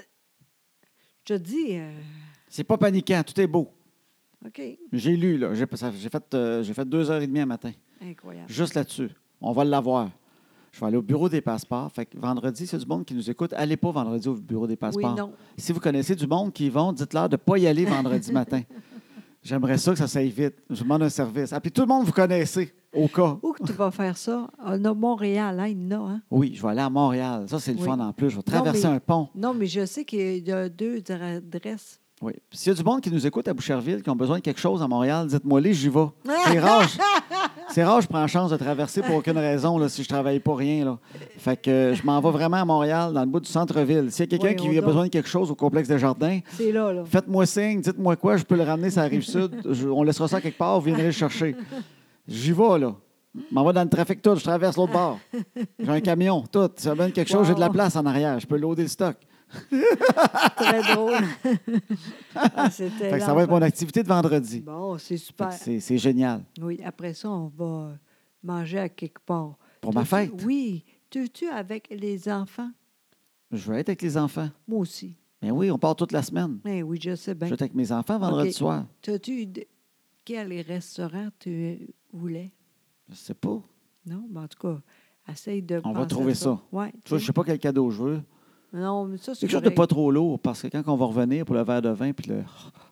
Je te dis, C'est pas paniquant. Tout est beau. OK, J'ai lu, là. J'ai fait 2h30 un matin. incroyable. Juste là-dessus. On va l'avoir. Je vais aller au bureau des passeports. Fait que vendredi, s'il y a du monde qui nous écoute, allez pas vendredi au bureau des passeports. Oui, non. Si vous connaissez du monde qui y vont, dites-leur de ne pas y aller vendredi matin. J'aimerais ça que ça s'aille vite. Je vous demande un service. Ah, puis tout le monde vous connaissez, au cas. Où que tu vas faire ça? On a Montréal, hein, il y en a, hein? Oui, je vais aller à Montréal. Ça, c'est le Oui. fun en plus. Je vais traverser mais- un pont. Non, mais je sais qu'il y a 2 adresses. Oui. Puis s'il y a du monde qui nous écoute à Boucherville, qui ont besoin de quelque chose à Montréal, dites-moi les, j'y vais. C'est rare. C'est rare, je prends la chance de traverser pour aucune raison là, si je travaille pas rien. Là. Fait que je m'en vais vraiment à Montréal, dans le bout du centre-ville. S'il y a quelqu'un Oui, qui on a dort. besoin de quelque chose au complexe des Jardins, C'est là, là. faites-moi signe, dites-moi quoi, je peux le ramener sur la rive sud. On laissera ça quelque part, vous viendrez le chercher. J'y vais, là. Je m'en vais dans le trafic tout, je traverse l'autre bord. J'ai un camion, tout. Si ça me donne quelque chose, j'ai de la Wow. place en arrière. Je peux loader le stock. Très drôle. Ah, c'était Fait que ça va être mon activité de vendredi. Bon, c'est Fait super. que c'est génial. Oui, après ça, on va manger à quelque part. Pour ma T'as-tu- fête, Oui. Tu avec les enfants? je vais être avec les enfants. Moi aussi. Mais oui, on part toute la semaine. Eh oui, je sais Je bien. vais être avec mes enfants vendredi OK. soir. T'as-tu quel restaurant tu voulais? Je sais pas. Non, mais en tout cas, essaye de On va penser à trouver ça. Ouais, Tu vois, je sais pas quel cadeau je veux. Non, mais ça, c'est Quelque chose de correct. pas trop lourd, parce que quand on va revenir pour le verre de vin, puis le...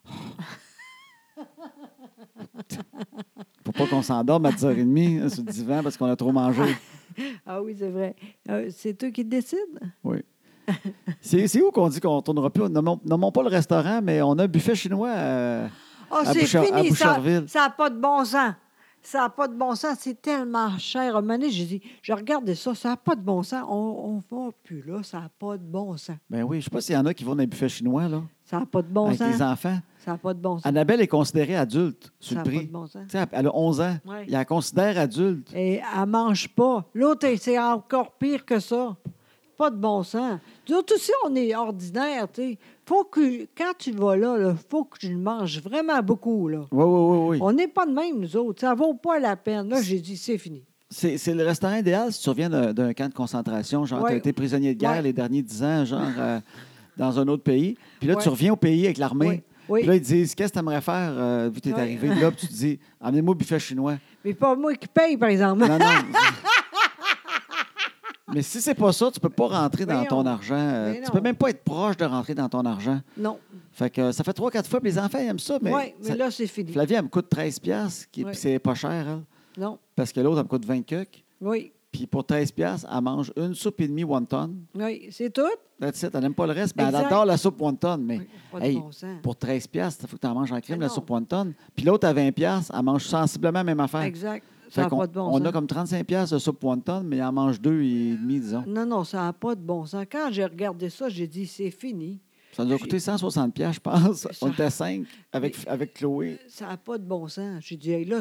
Faut pas qu'on s'endorme à 10h30 sur le divan parce qu'on a trop mangé. Ah oui, c'est vrai. C'est toi qui décides? Oui. C'est où qu'on dit qu'on ne tournera plus? Nommons pas le restaurant, mais on a un buffet chinois Ah, à c'est Boucher- à fini, ça Boucherville. n'a pas de bon sens. Ça n'a pas de bon sens. C'est tellement cher. À un moment donné, j'ai dit, je regardais ça, ça n'a pas de bon sens. On ne va plus là, ça n'a pas de bon sens. Ben oui, je sais pas s'il y en a qui vont dans les buffets chinois, là, Ça n'a pas de bon avec sens. les enfants. Ça n'a pas de bon sens. Annabelle est considérée adulte sur Ça le n'a pas prix. de bon sens. Tu sais, elle a 11 ans. Ouais. Il la considère adulte. Et elle ne mange pas. L'autre, c'est encore pire que ça. Pas de bon sens. Nous autres aussi, on est ordinaire, tu sais. Faut que, quand tu vas là, faut que tu le manges vraiment beaucoup, là. Oui, oui, oui, oui. On n'est pas de même, nous autres. Ça vaut pas la peine. Là, j'ai dit, c'est fini. C'est le restaurant idéal si tu reviens d'un camp de concentration, genre, tu as Ouais. été prisonnier de guerre Ouais. les derniers 10 ans, genre, dans un autre pays. Puis là, tu Ouais. reviens au pays avec l'armée. Oui. Oui. Puis là, ils te disent, qu'est-ce que tu aimerais faire vu que tu es Ouais. arrivé de là? Puis tu te dis, amenez-moi au buffet chinois. Mais pas moi qui paye, par exemple. Non, non. Mais si c'est pas ça, tu peux pas rentrer dans Voyons. ton argent. Mais Tu non. peux même pas être proche de rentrer dans ton argent. Non. Fait que ça fait 3-4 fois, puis les enfants aiment ça. Mais, Oui, mais là, c'est fini. Flavie, elle me coûte 13$, puis Ouais. c'est pas cher, elle. Non. Parce que l'autre, elle me coûte 20 cucs. Oui. Puis pour 13$, elle mange une soupe et demie wonton. Oui, c'est tout. That's it. Elle n'aime pas le reste, mais elle Exact. adore la soupe wonton. Mais Oui, pas de hey, bon sens. pour 13$, il faut que tu en manges en crème, Mais la non. soupe wonton. Puis l'autre, à 20$, elle mange sensiblement la même affaire. Exact. Fait Ça n'a qu'on- pas de bon on sens. a comme 35$ de soupe wonton, mais elle en mange 2,5$, disons. Non, non, ça n'a pas de bon sens. Quand j'ai regardé ça, j'ai dit, c'est fini. Ça nous a coûté 160$, je pense. Ça- On était 5 avec Chloé. Ça n'a pas de bon sens. J'ai dit, hey, là,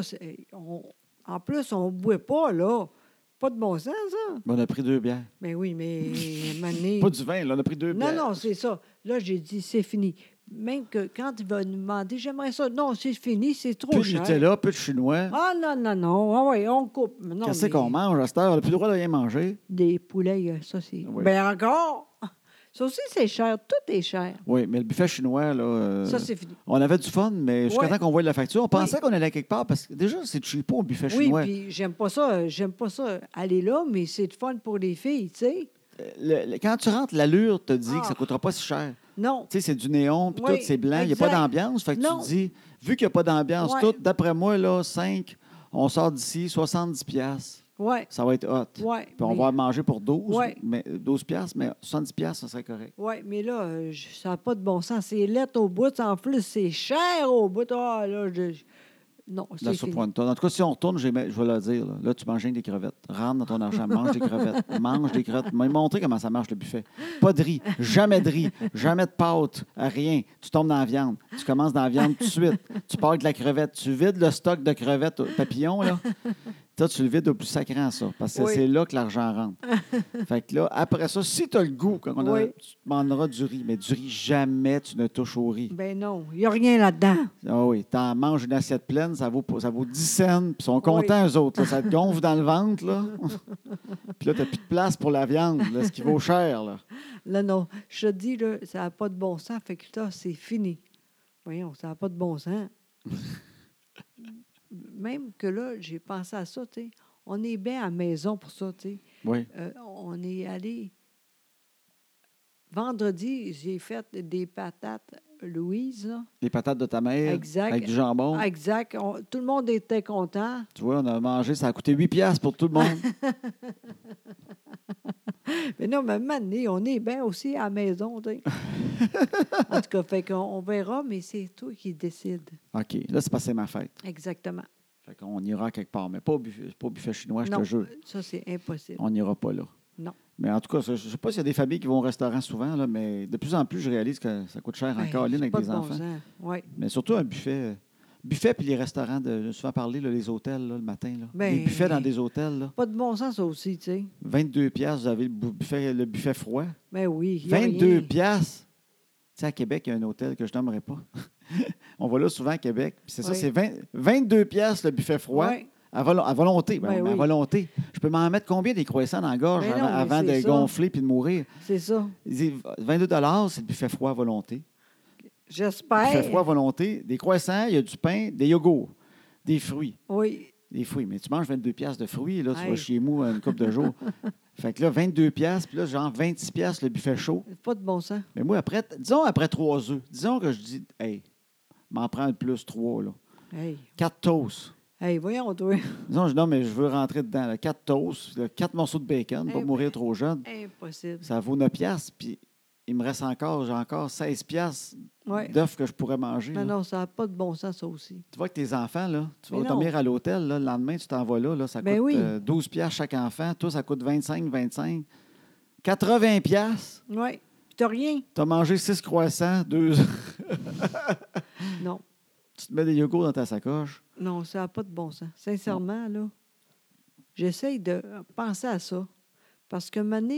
en plus, on ne boit pas, là. Pas de bon sens, ça. On a pris 2 bières. Mais oui, mais mané. Pas du vin, là, on a pris 2 Non, bières. non, c'est ça. Là, j'ai dit, c'est fini. Même que quand il va nous demander, j'aimerais ça. Non, c'est fini, c'est trop Peu de cher. Nutella, peu de chinois. Ah, non, non, non. Ah, oui, on coupe. Non, Qu'est-ce mais qu'on mange à cette heure? On n'a plus le droit de rien manger. Des poulets, ça, c'est. Oui. Ben encore! Ça aussi, c'est cher. Tout est cher. Oui, mais le buffet chinois, là, Ça, c'est fini. on avait du fun, mais jusqu'à Ouais. temps qu'on voit la facture, on pensait Oui. qu'on allait quelque part parce que déjà, c'est cheapo au buffet Oui, chinois. puis j'aime pas ça. J'aime pas ça aller là, mais c'est de fun pour les filles, tu sais. Quand tu rentres, l'allure te dit que ça Ah. ne coûtera pas si cher. Non. Tu sais, c'est du néon, puis Oui, tout, c'est blanc, il n'y a pas exact. d'ambiance. Fait que Non. tu te dis, vu qu'il n'y a pas d'ambiance, Ouais. tout, d'après moi, là, 5, on sort d'ici, 70$. Oui, Ça va être hot. oui. Puis on va manger pour 12, Ouais. mais 12$, mais 70$, ça serait correct. Oui, mais là, ça n'a pas de bon sens. C'est lettre au bout. En plus, c'est cher au bout. Ah, là, non, La c'est soupe fini. wonton. En tout cas, si on retourne, je vais le dire. Là, tu manges rien que des crevettes. Rentre dans ton argent, mange des crevettes. Mange des crevettes. M'a montré comment ça marche le buffet. Pas de riz, jamais de pâte, rien. Tu tombes dans la viande. Tu commences dans la viande tout de suite. Tu pars avec la crevette. Tu vides le stock de crevettes papillons, là. Toi, tu le vides au plus sacrant, ça. Parce que Oui. c'est là que l'argent rentre. Fait que là, après ça, si tu as le goût, quand Oui. tu demanderas du riz. Mais du riz, jamais tu ne touches au riz. Ben non, il n'y a rien là-dedans. Ah oui, t'en manges une assiette pleine, ça vaut 10 cents, puis ils sont contents, eux autres. Là. Ça te gonfle dans le ventre, là. Puis là, t'as plus de place pour la viande, là, ce qui vaut cher, là. Là, non. Je te dis, là, ça n'a pas de bon sens. Fait que là, c'est fini. Voyons, ça n'a pas de bon sens. Même que là, j'ai pensé à ça, tu sais. On est bien à la maison pour ça, tu sais. Oui. On est allé. Vendredi, j'ai fait des patates Louise, là. Les patates de ta mère, Exact. avec du jambon. Exact. Tout le monde était content. Tu vois, on a mangé, ça a coûté 8$ pour tout le monde. Mais non, mais maintenant, on est bien aussi à la maison, tu sais. En tout cas, fait qu'on verra, mais c'est toi qui décides. OK, là, c'est passé ma fête. Exactement. Fait qu'on ira quelque part, mais pas au buffet chinois, je Non, te jure. ça, c'est impossible. On n'ira pas là. Non. Mais en tout cas, je ne sais pas s'il y a des familles qui vont au restaurant souvent, là, mais de plus en plus, je réalise que ça coûte cher en Ben, Caroline c'est avec pas des de bon enfants. sens. Oui. Mais surtout un buffet. Buffet puis les restaurants, j'ai souvent parlé, là, les hôtels là, le matin. Là. Ben, les buffets dans des hôtels, là. Pas de bon sens, ça aussi, tu sais. 22$, vous avez le buffet froid. Mais oui. il y a 22$. rien. Tu sais, à Québec, il y a un hôtel que je n'aimerais pas. On va là souvent à Québec. Puis c'est ça, Oui. c'est 22$ le buffet froid. Ouais. À volonté. Ben À oui. volonté. Je peux m'en mettre combien des croissants dans la gorge Ben non, mais avant c'est de ça. gonfler puis de mourir? C'est ça. Il dit 22$, c'est le buffet froid à volonté. J'espère. Buffet froid à volonté. Des croissants, il y a du pain, des yogourts, des fruits. Oui. Des fruits. Mais tu manges 22$ de fruits, là, tu Hey. vas chez mou une couple de jours. Fait que là, 22$, puis là, genre 26$ le buffet chaud. Pas de bon sens. Mais moi, disons après 3 œufs, disons que je dis, hey, m'en prends le plus 3, là. Hey. 4 toasts. Hey, voyons, toi. Disons, non, mais je veux rentrer dedans. Là. 4 toasts, là, 4 morceaux de bacon, pas Eh mourir trop jeune. Impossible. Ça vaut 9$, puis il me reste j'ai encore 16$ Oui. d'œufs que je pourrais manger. Non, là. non, ça n'a pas de bon sens, ça aussi. Tu vois que tes enfants, là, tu vas Mais non. dormir à l'hôtel, là, le lendemain, tu t'en vas là, ça Ben coûte oui. 12$ chaque enfant. Toi, ça coûte 25. 80$. Oui. Puis t'as rien. Tu as mangé 6 croissants, 2. Non. Tu te mets des yogourts dans ta sacoche. Non, ça n'a pas de bon sens. Sincèrement, là, j'essaye de penser à ça. Parce que, mané,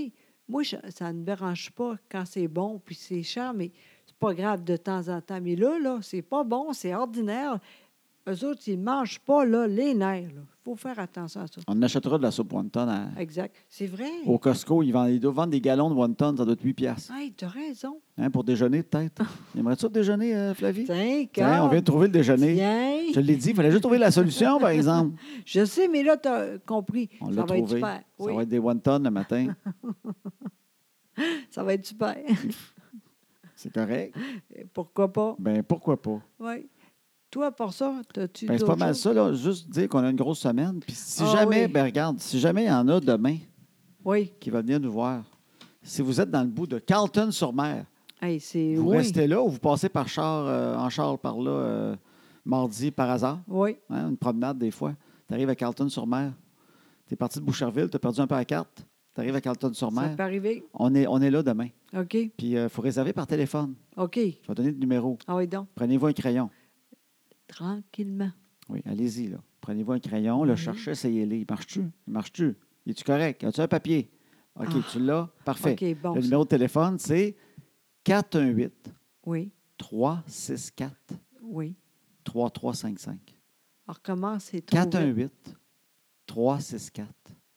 Moi, ça ne me dérange pas quand c'est bon puis c'est cher, mais c'est pas grave de temps en temps. Mais là, c'est pas bon, c'est ordinaire. Eux autres, ils ne mangent pas là, les nerfs. Il faut faire attention à ça. On achètera de la soupe wonton Exact. C'est vrai. au Costco. Ils doivent vendre des gallons de wonton, ça doit être 8 piastres. Hey, tu as raison. Hein, pour déjeuner, peut-être. Aimerais-tu déjeuner, Flavie? Tiens, Tiens, on vient de trouver le déjeuner. Tiens. Je l'ai dit, il fallait juste trouver la solution, par exemple. Je sais, mais là, tu as compris. On Ça l'a va être trouvé. super. Ça Oui, va être des wontons le matin. ça va être super. C'est correct. Pourquoi pas? Ben pourquoi pas? Oui. Toi, pour ça, as-tu Ben, c'est d'autres pas mal choses? ça, là. Juste dire qu'on a une grosse semaine. Puis si Ah jamais, oui. ben regarde, si jamais il y en a demain Oui. qui va venir nous voir, si vous êtes dans le bout de Carleton-sur-Mer, Hey, c'est vous oui. restez là ou vous passez par char, en char par là, mardi par hasard, Oui. hein, une promenade des fois. Tu arrives à Carleton-sur-Mer, tu es parti de Boucherville, tu as perdu un peu la carte, tu arrives à Ça Carleton-sur-Mer, peut arriver. on est là demain. OK. Puis il faut réserver par téléphone. OK. Je vais donner le numéro. Ah oui, donc. Prenez-vous un crayon. Tranquillement. Oui, allez-y, là. Prenez-vous un crayon, le Oui. cherchez, essayez-le. Il marche-tu? Il marche-tu? Es-tu correct? As-tu un papier? OK, Ah. tu l'as? Parfait. OK, bon. Le numéro de téléphone, c'est 418 Oui. 364 Oui. 3355. On recommence, c'est trop vite. 418 364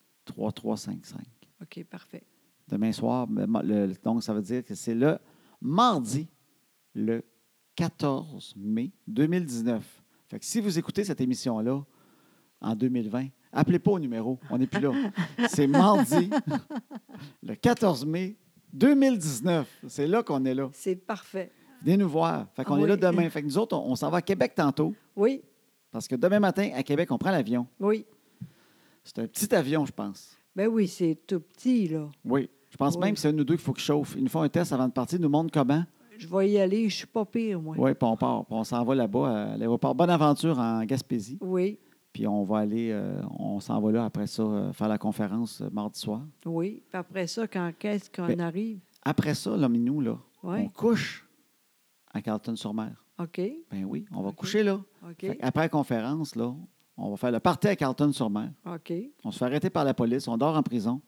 3355. OK, parfait. Demain soir, donc ça veut dire que c'est le mardi, le 14 mai 2019. Fait que si vous écoutez cette émission-là en 2020, appelez pas au numéro, on n'est plus là. C'est mardi, le 14 mai 2019. C'est là qu'on est là. C'est parfait. Venez nous voir. Fait qu'on Ah est là oui. demain. Fait que nous autres, on s'en va à Québec tantôt. Oui. Parce que demain matin, à Québec, on prend l'avion. Oui. C'est un petit avion, je pense. Ben oui, c'est tout petit, là. Oui. Je pense Oui. même que c'est un ou deux qu'il faut qu'il chauffe. Ils nous font un test avant de partir, ils nous montrent comment. Je vais y aller, je suis pas pire, moi. Oui, puis on part. Puis on s'en va là-bas à l'aéroport Bonaventure en Gaspésie. Oui. Puis on va aller, on s'en va là après ça, faire la conférence mardi soir. Oui. Puis après ça, qu'est-ce qu'on Ben, arrive? Après ça, là, nous, là, on Oui. couche à Carleton-sur-Mer. OK. Ben oui, on va OK. coucher là. OK. Après la conférence, là, on va faire le party à Carleton-sur-Mer. OK. On se fait arrêter par la police, on dort en prison.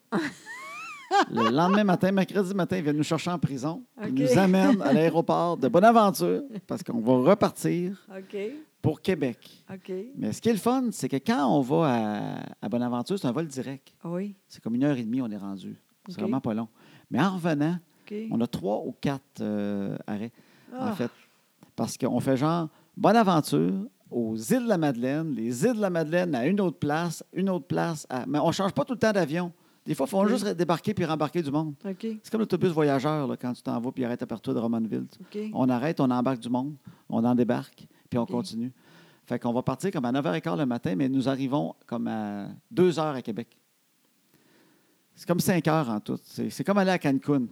Le lendemain matin, mercredi matin, ils viennent nous chercher en prison. Ils OK. nous amènent à l'aéroport de Bonaventure parce qu'on va repartir OK. pour Québec. OK. Mais ce qui est le fun, c'est que quand on va à Bonaventure, c'est un vol direct. Oui. C'est comme 1 heure et demie, on est rendu. C'est OK. vraiment pas long. Mais en revenant, OK. on a 3 ou 4 arrêts, Ah. en fait. Parce qu'on fait genre Bonaventure aux îles de la Madeleine, les îles de la Madeleine à une autre place à... Mais on ne change pas tout le temps d'avion. Des fois, il faut OK. juste débarquer puis rembarquer du monde. OK. C'est comme l'autobus voyageur, là, quand tu t'en vas puis il arrête à partir de Drummondville. OK. On arrête, on embarque du monde, on en débarque, puis on OK. continue. Fait qu'on va partir comme à 9h15 le matin, mais nous arrivons comme à 2h à Québec. C'est comme 5 heures en tout. C'est comme aller à Cancun.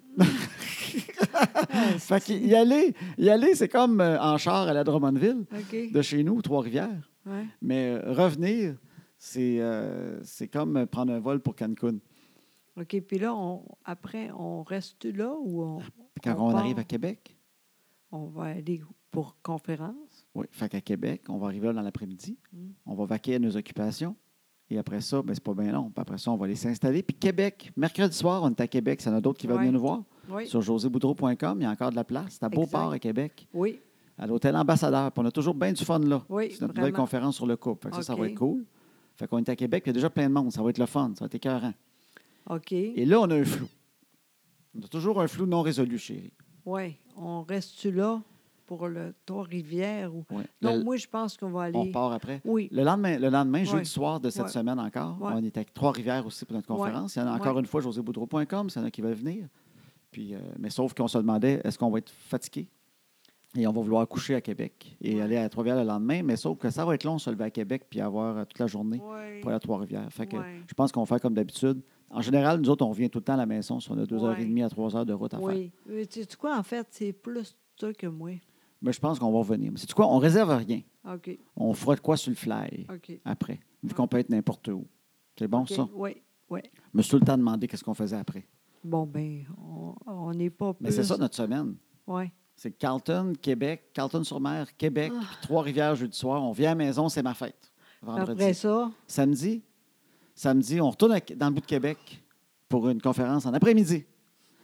Ah, Fait qu'y aller, c'est comme en char à la Drummondville, OK. de chez nous, Trois-Rivières. Ouais. Mais revenir, c'est comme prendre un vol pour Cancun. OK. Puis là, après, on reste là ou Quand On on part. arrive à Québec, on va aller pour conférence? oui, fait qu'à Québec, on va arriver là dans l'après-midi. Mm. On va vaquer à nos occupations. Et après ça, ben, c'est pas bien long. Puis après ça, on va aller s'installer. Puis Québec, mercredi soir, on est à Québec. Il y en a d'autres qui veulent Ouais. venir nous voir. Oui. Sur joséboudreau.com, il y a encore de la place. C'est à Beauport, Exact. à Québec, Oui. à l'hôtel Ambassadeur. Puis on a toujours bien du fun là. Oui, C'est notre vraiment. nouvelle conférence sur le couple. Fait que ça OK. va être cool. Fait qu'on est à Québec, puis il y a déjà plein de monde. Ça va être le fun, ça va être écœurant. OK. Et là, on a un flou. On a toujours un flou non résolu, chérie. Oui. On reste-tu là pour le Trois-Rivières? Ou... Ouais. Non, moi, je pense qu'on va aller... On part après. Oui. Le lendemain, Ouais. jeudi soir de cette Ouais. semaine encore, Ouais. on est à Trois-Rivières aussi pour notre conférence. Il y en a encore Ouais. une fois, joséboudreau.com, s'il y en a qui veulent venir. Puis, mais sauf qu'on se demandait, est-ce qu'on va être fatigué? Et on va vouloir coucher à Québec et Ouais. aller à Trois-Rivières le lendemain. Mais sauf que ça va être long de se lever à Québec puis avoir toute la journée Oui. pour aller à Trois-Rivières. Fait que Ouais. je pense qu'on va faire comme d'habitude. En général, nous autres, on revient tout le temps à la maison si on a 2h30 Ouais. à 3 heures de route à faire. Oui. Mais tu sais quoi, en fait, c'est plus ça que moi. Mais je pense qu'on va revenir. Mais c'est quoi? On réserve rien. OK. On fera de quoi sur le fly OK. après, vu qu'on peut être n'importe où. C'est bon, OK. ça? Oui. Oui. Je me suis tout le temps demandé qu'est-ce qu'on faisait après. Bon, ben on n'est pas plus... Mais c'est ça notre semaine. Oui. C'est Carleton, Québec, Carleton-sur-Mer, Québec, puis Trois-Rivières jeudi soir. On vient à la maison, c'est ma fête. Vendredi. Après ça, Samedi, on retourne dans le bout de Québec pour une conférence en après-midi.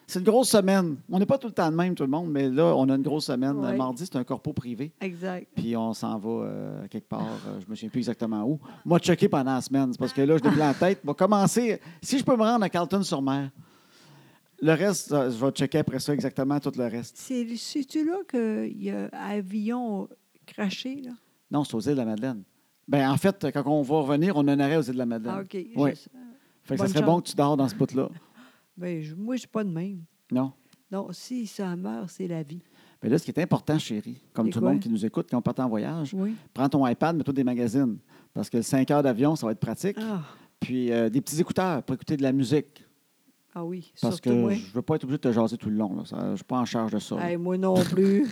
C'est une grosse semaine. On n'est pas tout le temps de même, tout le monde, mais là, on a une grosse semaine. Ouais. Mardi, c'est un corpo privé. Exact. Puis on s'en va quelque part. Je me souviens plus exactement où. Moi, checker pendant la semaine. C'est parce que là, je l'ai plein la tête. Je vais commencer. Si je peux me rendre à Carleton-sur-Mer, le reste, je vais checker après ça exactement tout le reste. C'est-tu là qu'il y a un avion craché, là? Non, c'est aux îles de la Madeleine. Ben en fait, quand on va revenir, on a un arrêt aux îles de la Madeleine. Ah, OK. Oui. Fait que ça Bonne serait chance. bon que tu dors dans ce bout-là. Ben, moi, je suis pas de même. Non? Non, si ça meurt, c'est la vie. Mais là, ce qui est important, chérie, comme C'est tout quoi? le monde qui nous écoute quand on part en voyage, Oui. prends ton iPad, mets-toi des magazines. Parce que 5 heures d'avion, ça va être pratique. Ah, Puis des petits écouteurs pour écouter de la musique. ah oui, Parce surtout que moi. je ne veux pas être obligé de te jaser tout le long. Là. Je ne suis pas en charge de ça. là. Hey, moi non plus.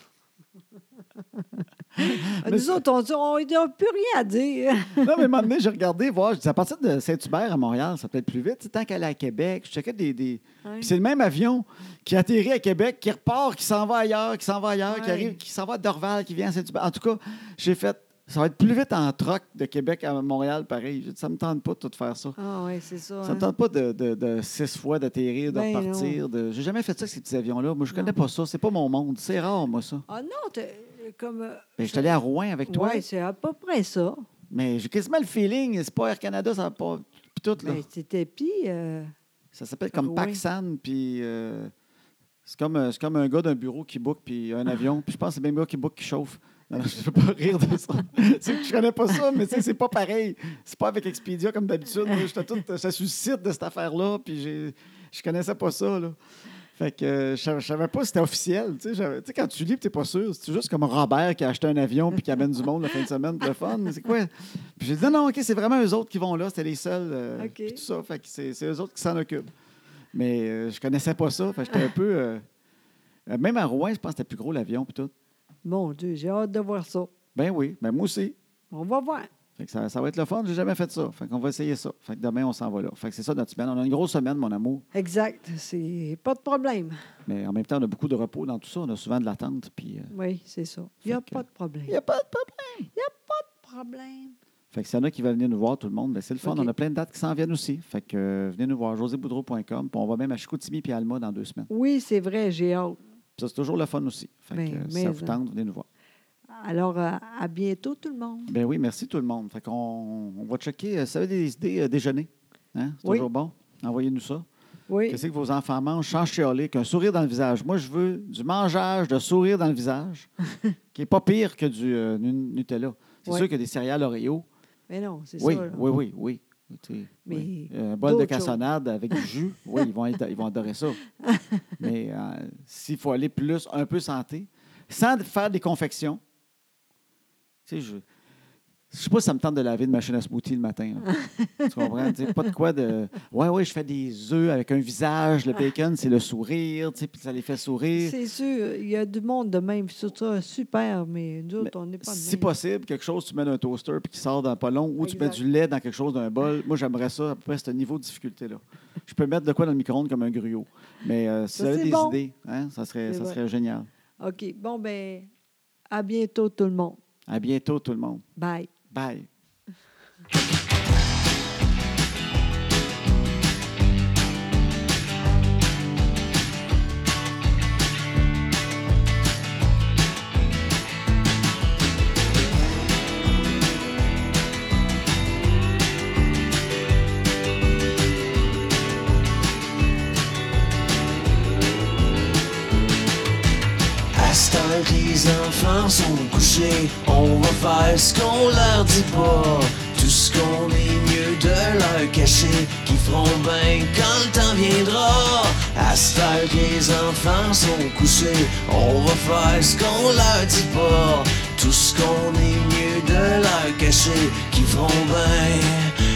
Nous autres, on n'a plus rien à dire. Non, mais à un moment donné, j'ai regardé, voir. Je dis, à partir de Saint-Hubert à Montréal, ça peut être plus vite. Tu sais, tant qu'elle est à Québec, je checkais des... Ouais. Puis c'est le même avion qui atterrit à Québec, qui repart, qui s'en va ailleurs, qui Ouais. arrive, qui s'en va à Dorval, qui vient à Saint-Hubert. En tout cas, j'ai fait... Ça va être plus vite en troc de Québec à Montréal, pareil. J'ai dit, ça ne me tente pas de tout faire ça. Ah oui, c'est ça. Ça ne me tente pas de 6 fois d'atterrir, de Ben repartir. J'ai jamais fait ça avec ces petits avions-là. Moi, je Non. connais pas ça. C'est pas mon monde. C'est rare, moi, ça. Ah non, comme... Ben, je suis allé à Rouen avec toi, Oui, c'est à peu près ça. mais j'ai quasiment le feeling. C'est pas Air Canada, ça va pas... Puis tout, là. Ben, c'était pis... Ça s'appelle comme Rouen. Paxan, puis c'est comme un gars d'un bureau qui book, puis un avion. Puis je pense que c'est le même gars qui book qui chauffe. Non, je ne veux pas rire de ça. C'est que je connais pas ça, mais tu sais, c'est pas pareil. C'est pas avec Expedia comme d'habitude. Moi, j'étais sur le site de cette affaire-là, puis je connaissais pas ça, là. Fait que je savais pas si c'était officiel. Tu sais, quand tu lis, tu n'es pas sûr. C'est juste comme Robert qui a acheté un avion puis qui amène du monde la fin de semaine pour le fun. C'est quoi? Puis j'ai dit non, OK, c'est vraiment eux autres qui vont là. C'était les seuls. OK. Puis tout ça. Fait que c'est eux autres qui s'en occupent. Mais je connaissais pas ça. Fait que j'étais un peu. Même à Rouen, je pense que c'était plus gros l'avion puis tout. Mon Dieu, j'ai hâte de voir ça. Ben oui, ben moi aussi. On va voir. Fait que ça va être le fun. J'ai jamais fait ça. Fait qu'on va essayer ça. Fait que demain, on s'en va là. Fait que c'est ça notre semaine. On a une grosse semaine, mon amour. Exact. C'est pas de problème. Mais en même temps, on a beaucoup de repos dans tout ça. On a souvent de l'attente. Puis. Oui, c'est ça. Il n'y a Fait que- pas de problème. Il n'y a pas de problème. Problème. Fait que s'il y en a qui veulent venir nous voir, tout le monde, ben c'est le fun. OK. On a plein de dates qui s'en viennent aussi. Fait que venez nous voir, joséboudreau.com. Puis on va même à Chicoutimi puis Alma dans 2 semaines. Oui, c'est vrai, j'ai hâte. Puis ça, c'est toujours le fun aussi. Fait Ben, que si mais ça vous ça. tente, venez nous voir. Alors, à bientôt, tout le monde. Ben oui, merci tout le monde. Fait qu'on va checker. Si vous avez des idées déjeuner, hein? C'est Oui. toujours bon. Envoyez-nous ça. Oui. Qu'est-ce que vos enfants mangent sans chialer, qu'un sourire dans le visage? Moi, je veux du mangeage de sourire dans le visage, qui n'est pas pire que du Nutella. C'est Oui. sûr que des céréales Oreo. Mais non, c'est Oui, ça. là. oui. Tu sais, Mais oui. Un bol de d'autres choses. cassonade avec du jus, oui, ils vont adorer ça. Mais s'il faut aller plus, un peu santé, sans faire des confections, tu sais, je ne sais pas si ça me tente de laver une machine à smoothie le matin. Là. Tu comprends? Tu sais, pas de quoi de... Oui, je fais des œufs avec un visage. Le bacon, c'est le sourire, tu sais, puis ça les fait sourire. C'est sûr, il y a du monde de même. C'est ça, super, mais nous autres, on n'est pas de Si même. possible, quelque chose, tu mets dans un toaster puis qui sort dans pas long, ou tu mets Exact. du lait dans quelque chose d'un bol. Moi, j'aimerais ça à peu près ce niveau de difficulté-là. Je peux mettre de quoi dans le micro-ondes comme un gruau. Mais si Ça, vous avez c'est des bon. idées, hein, ça C'est vrai. serait génial. OK. Bon, ben, à bientôt, tout le monde. À bientôt, tout le monde. Bye. Bye. À cette heure que les enfants sont couchés, on va faire ce qu'on leur dit pas. Tout ce qu'on est mieux de leur cacher, qui feront bien quand le temps viendra. À cette heure que les enfants sont couchés, on va faire ce qu'on leur dit pas. Tout ce qu'on est mieux de leur cacher, qui feront bien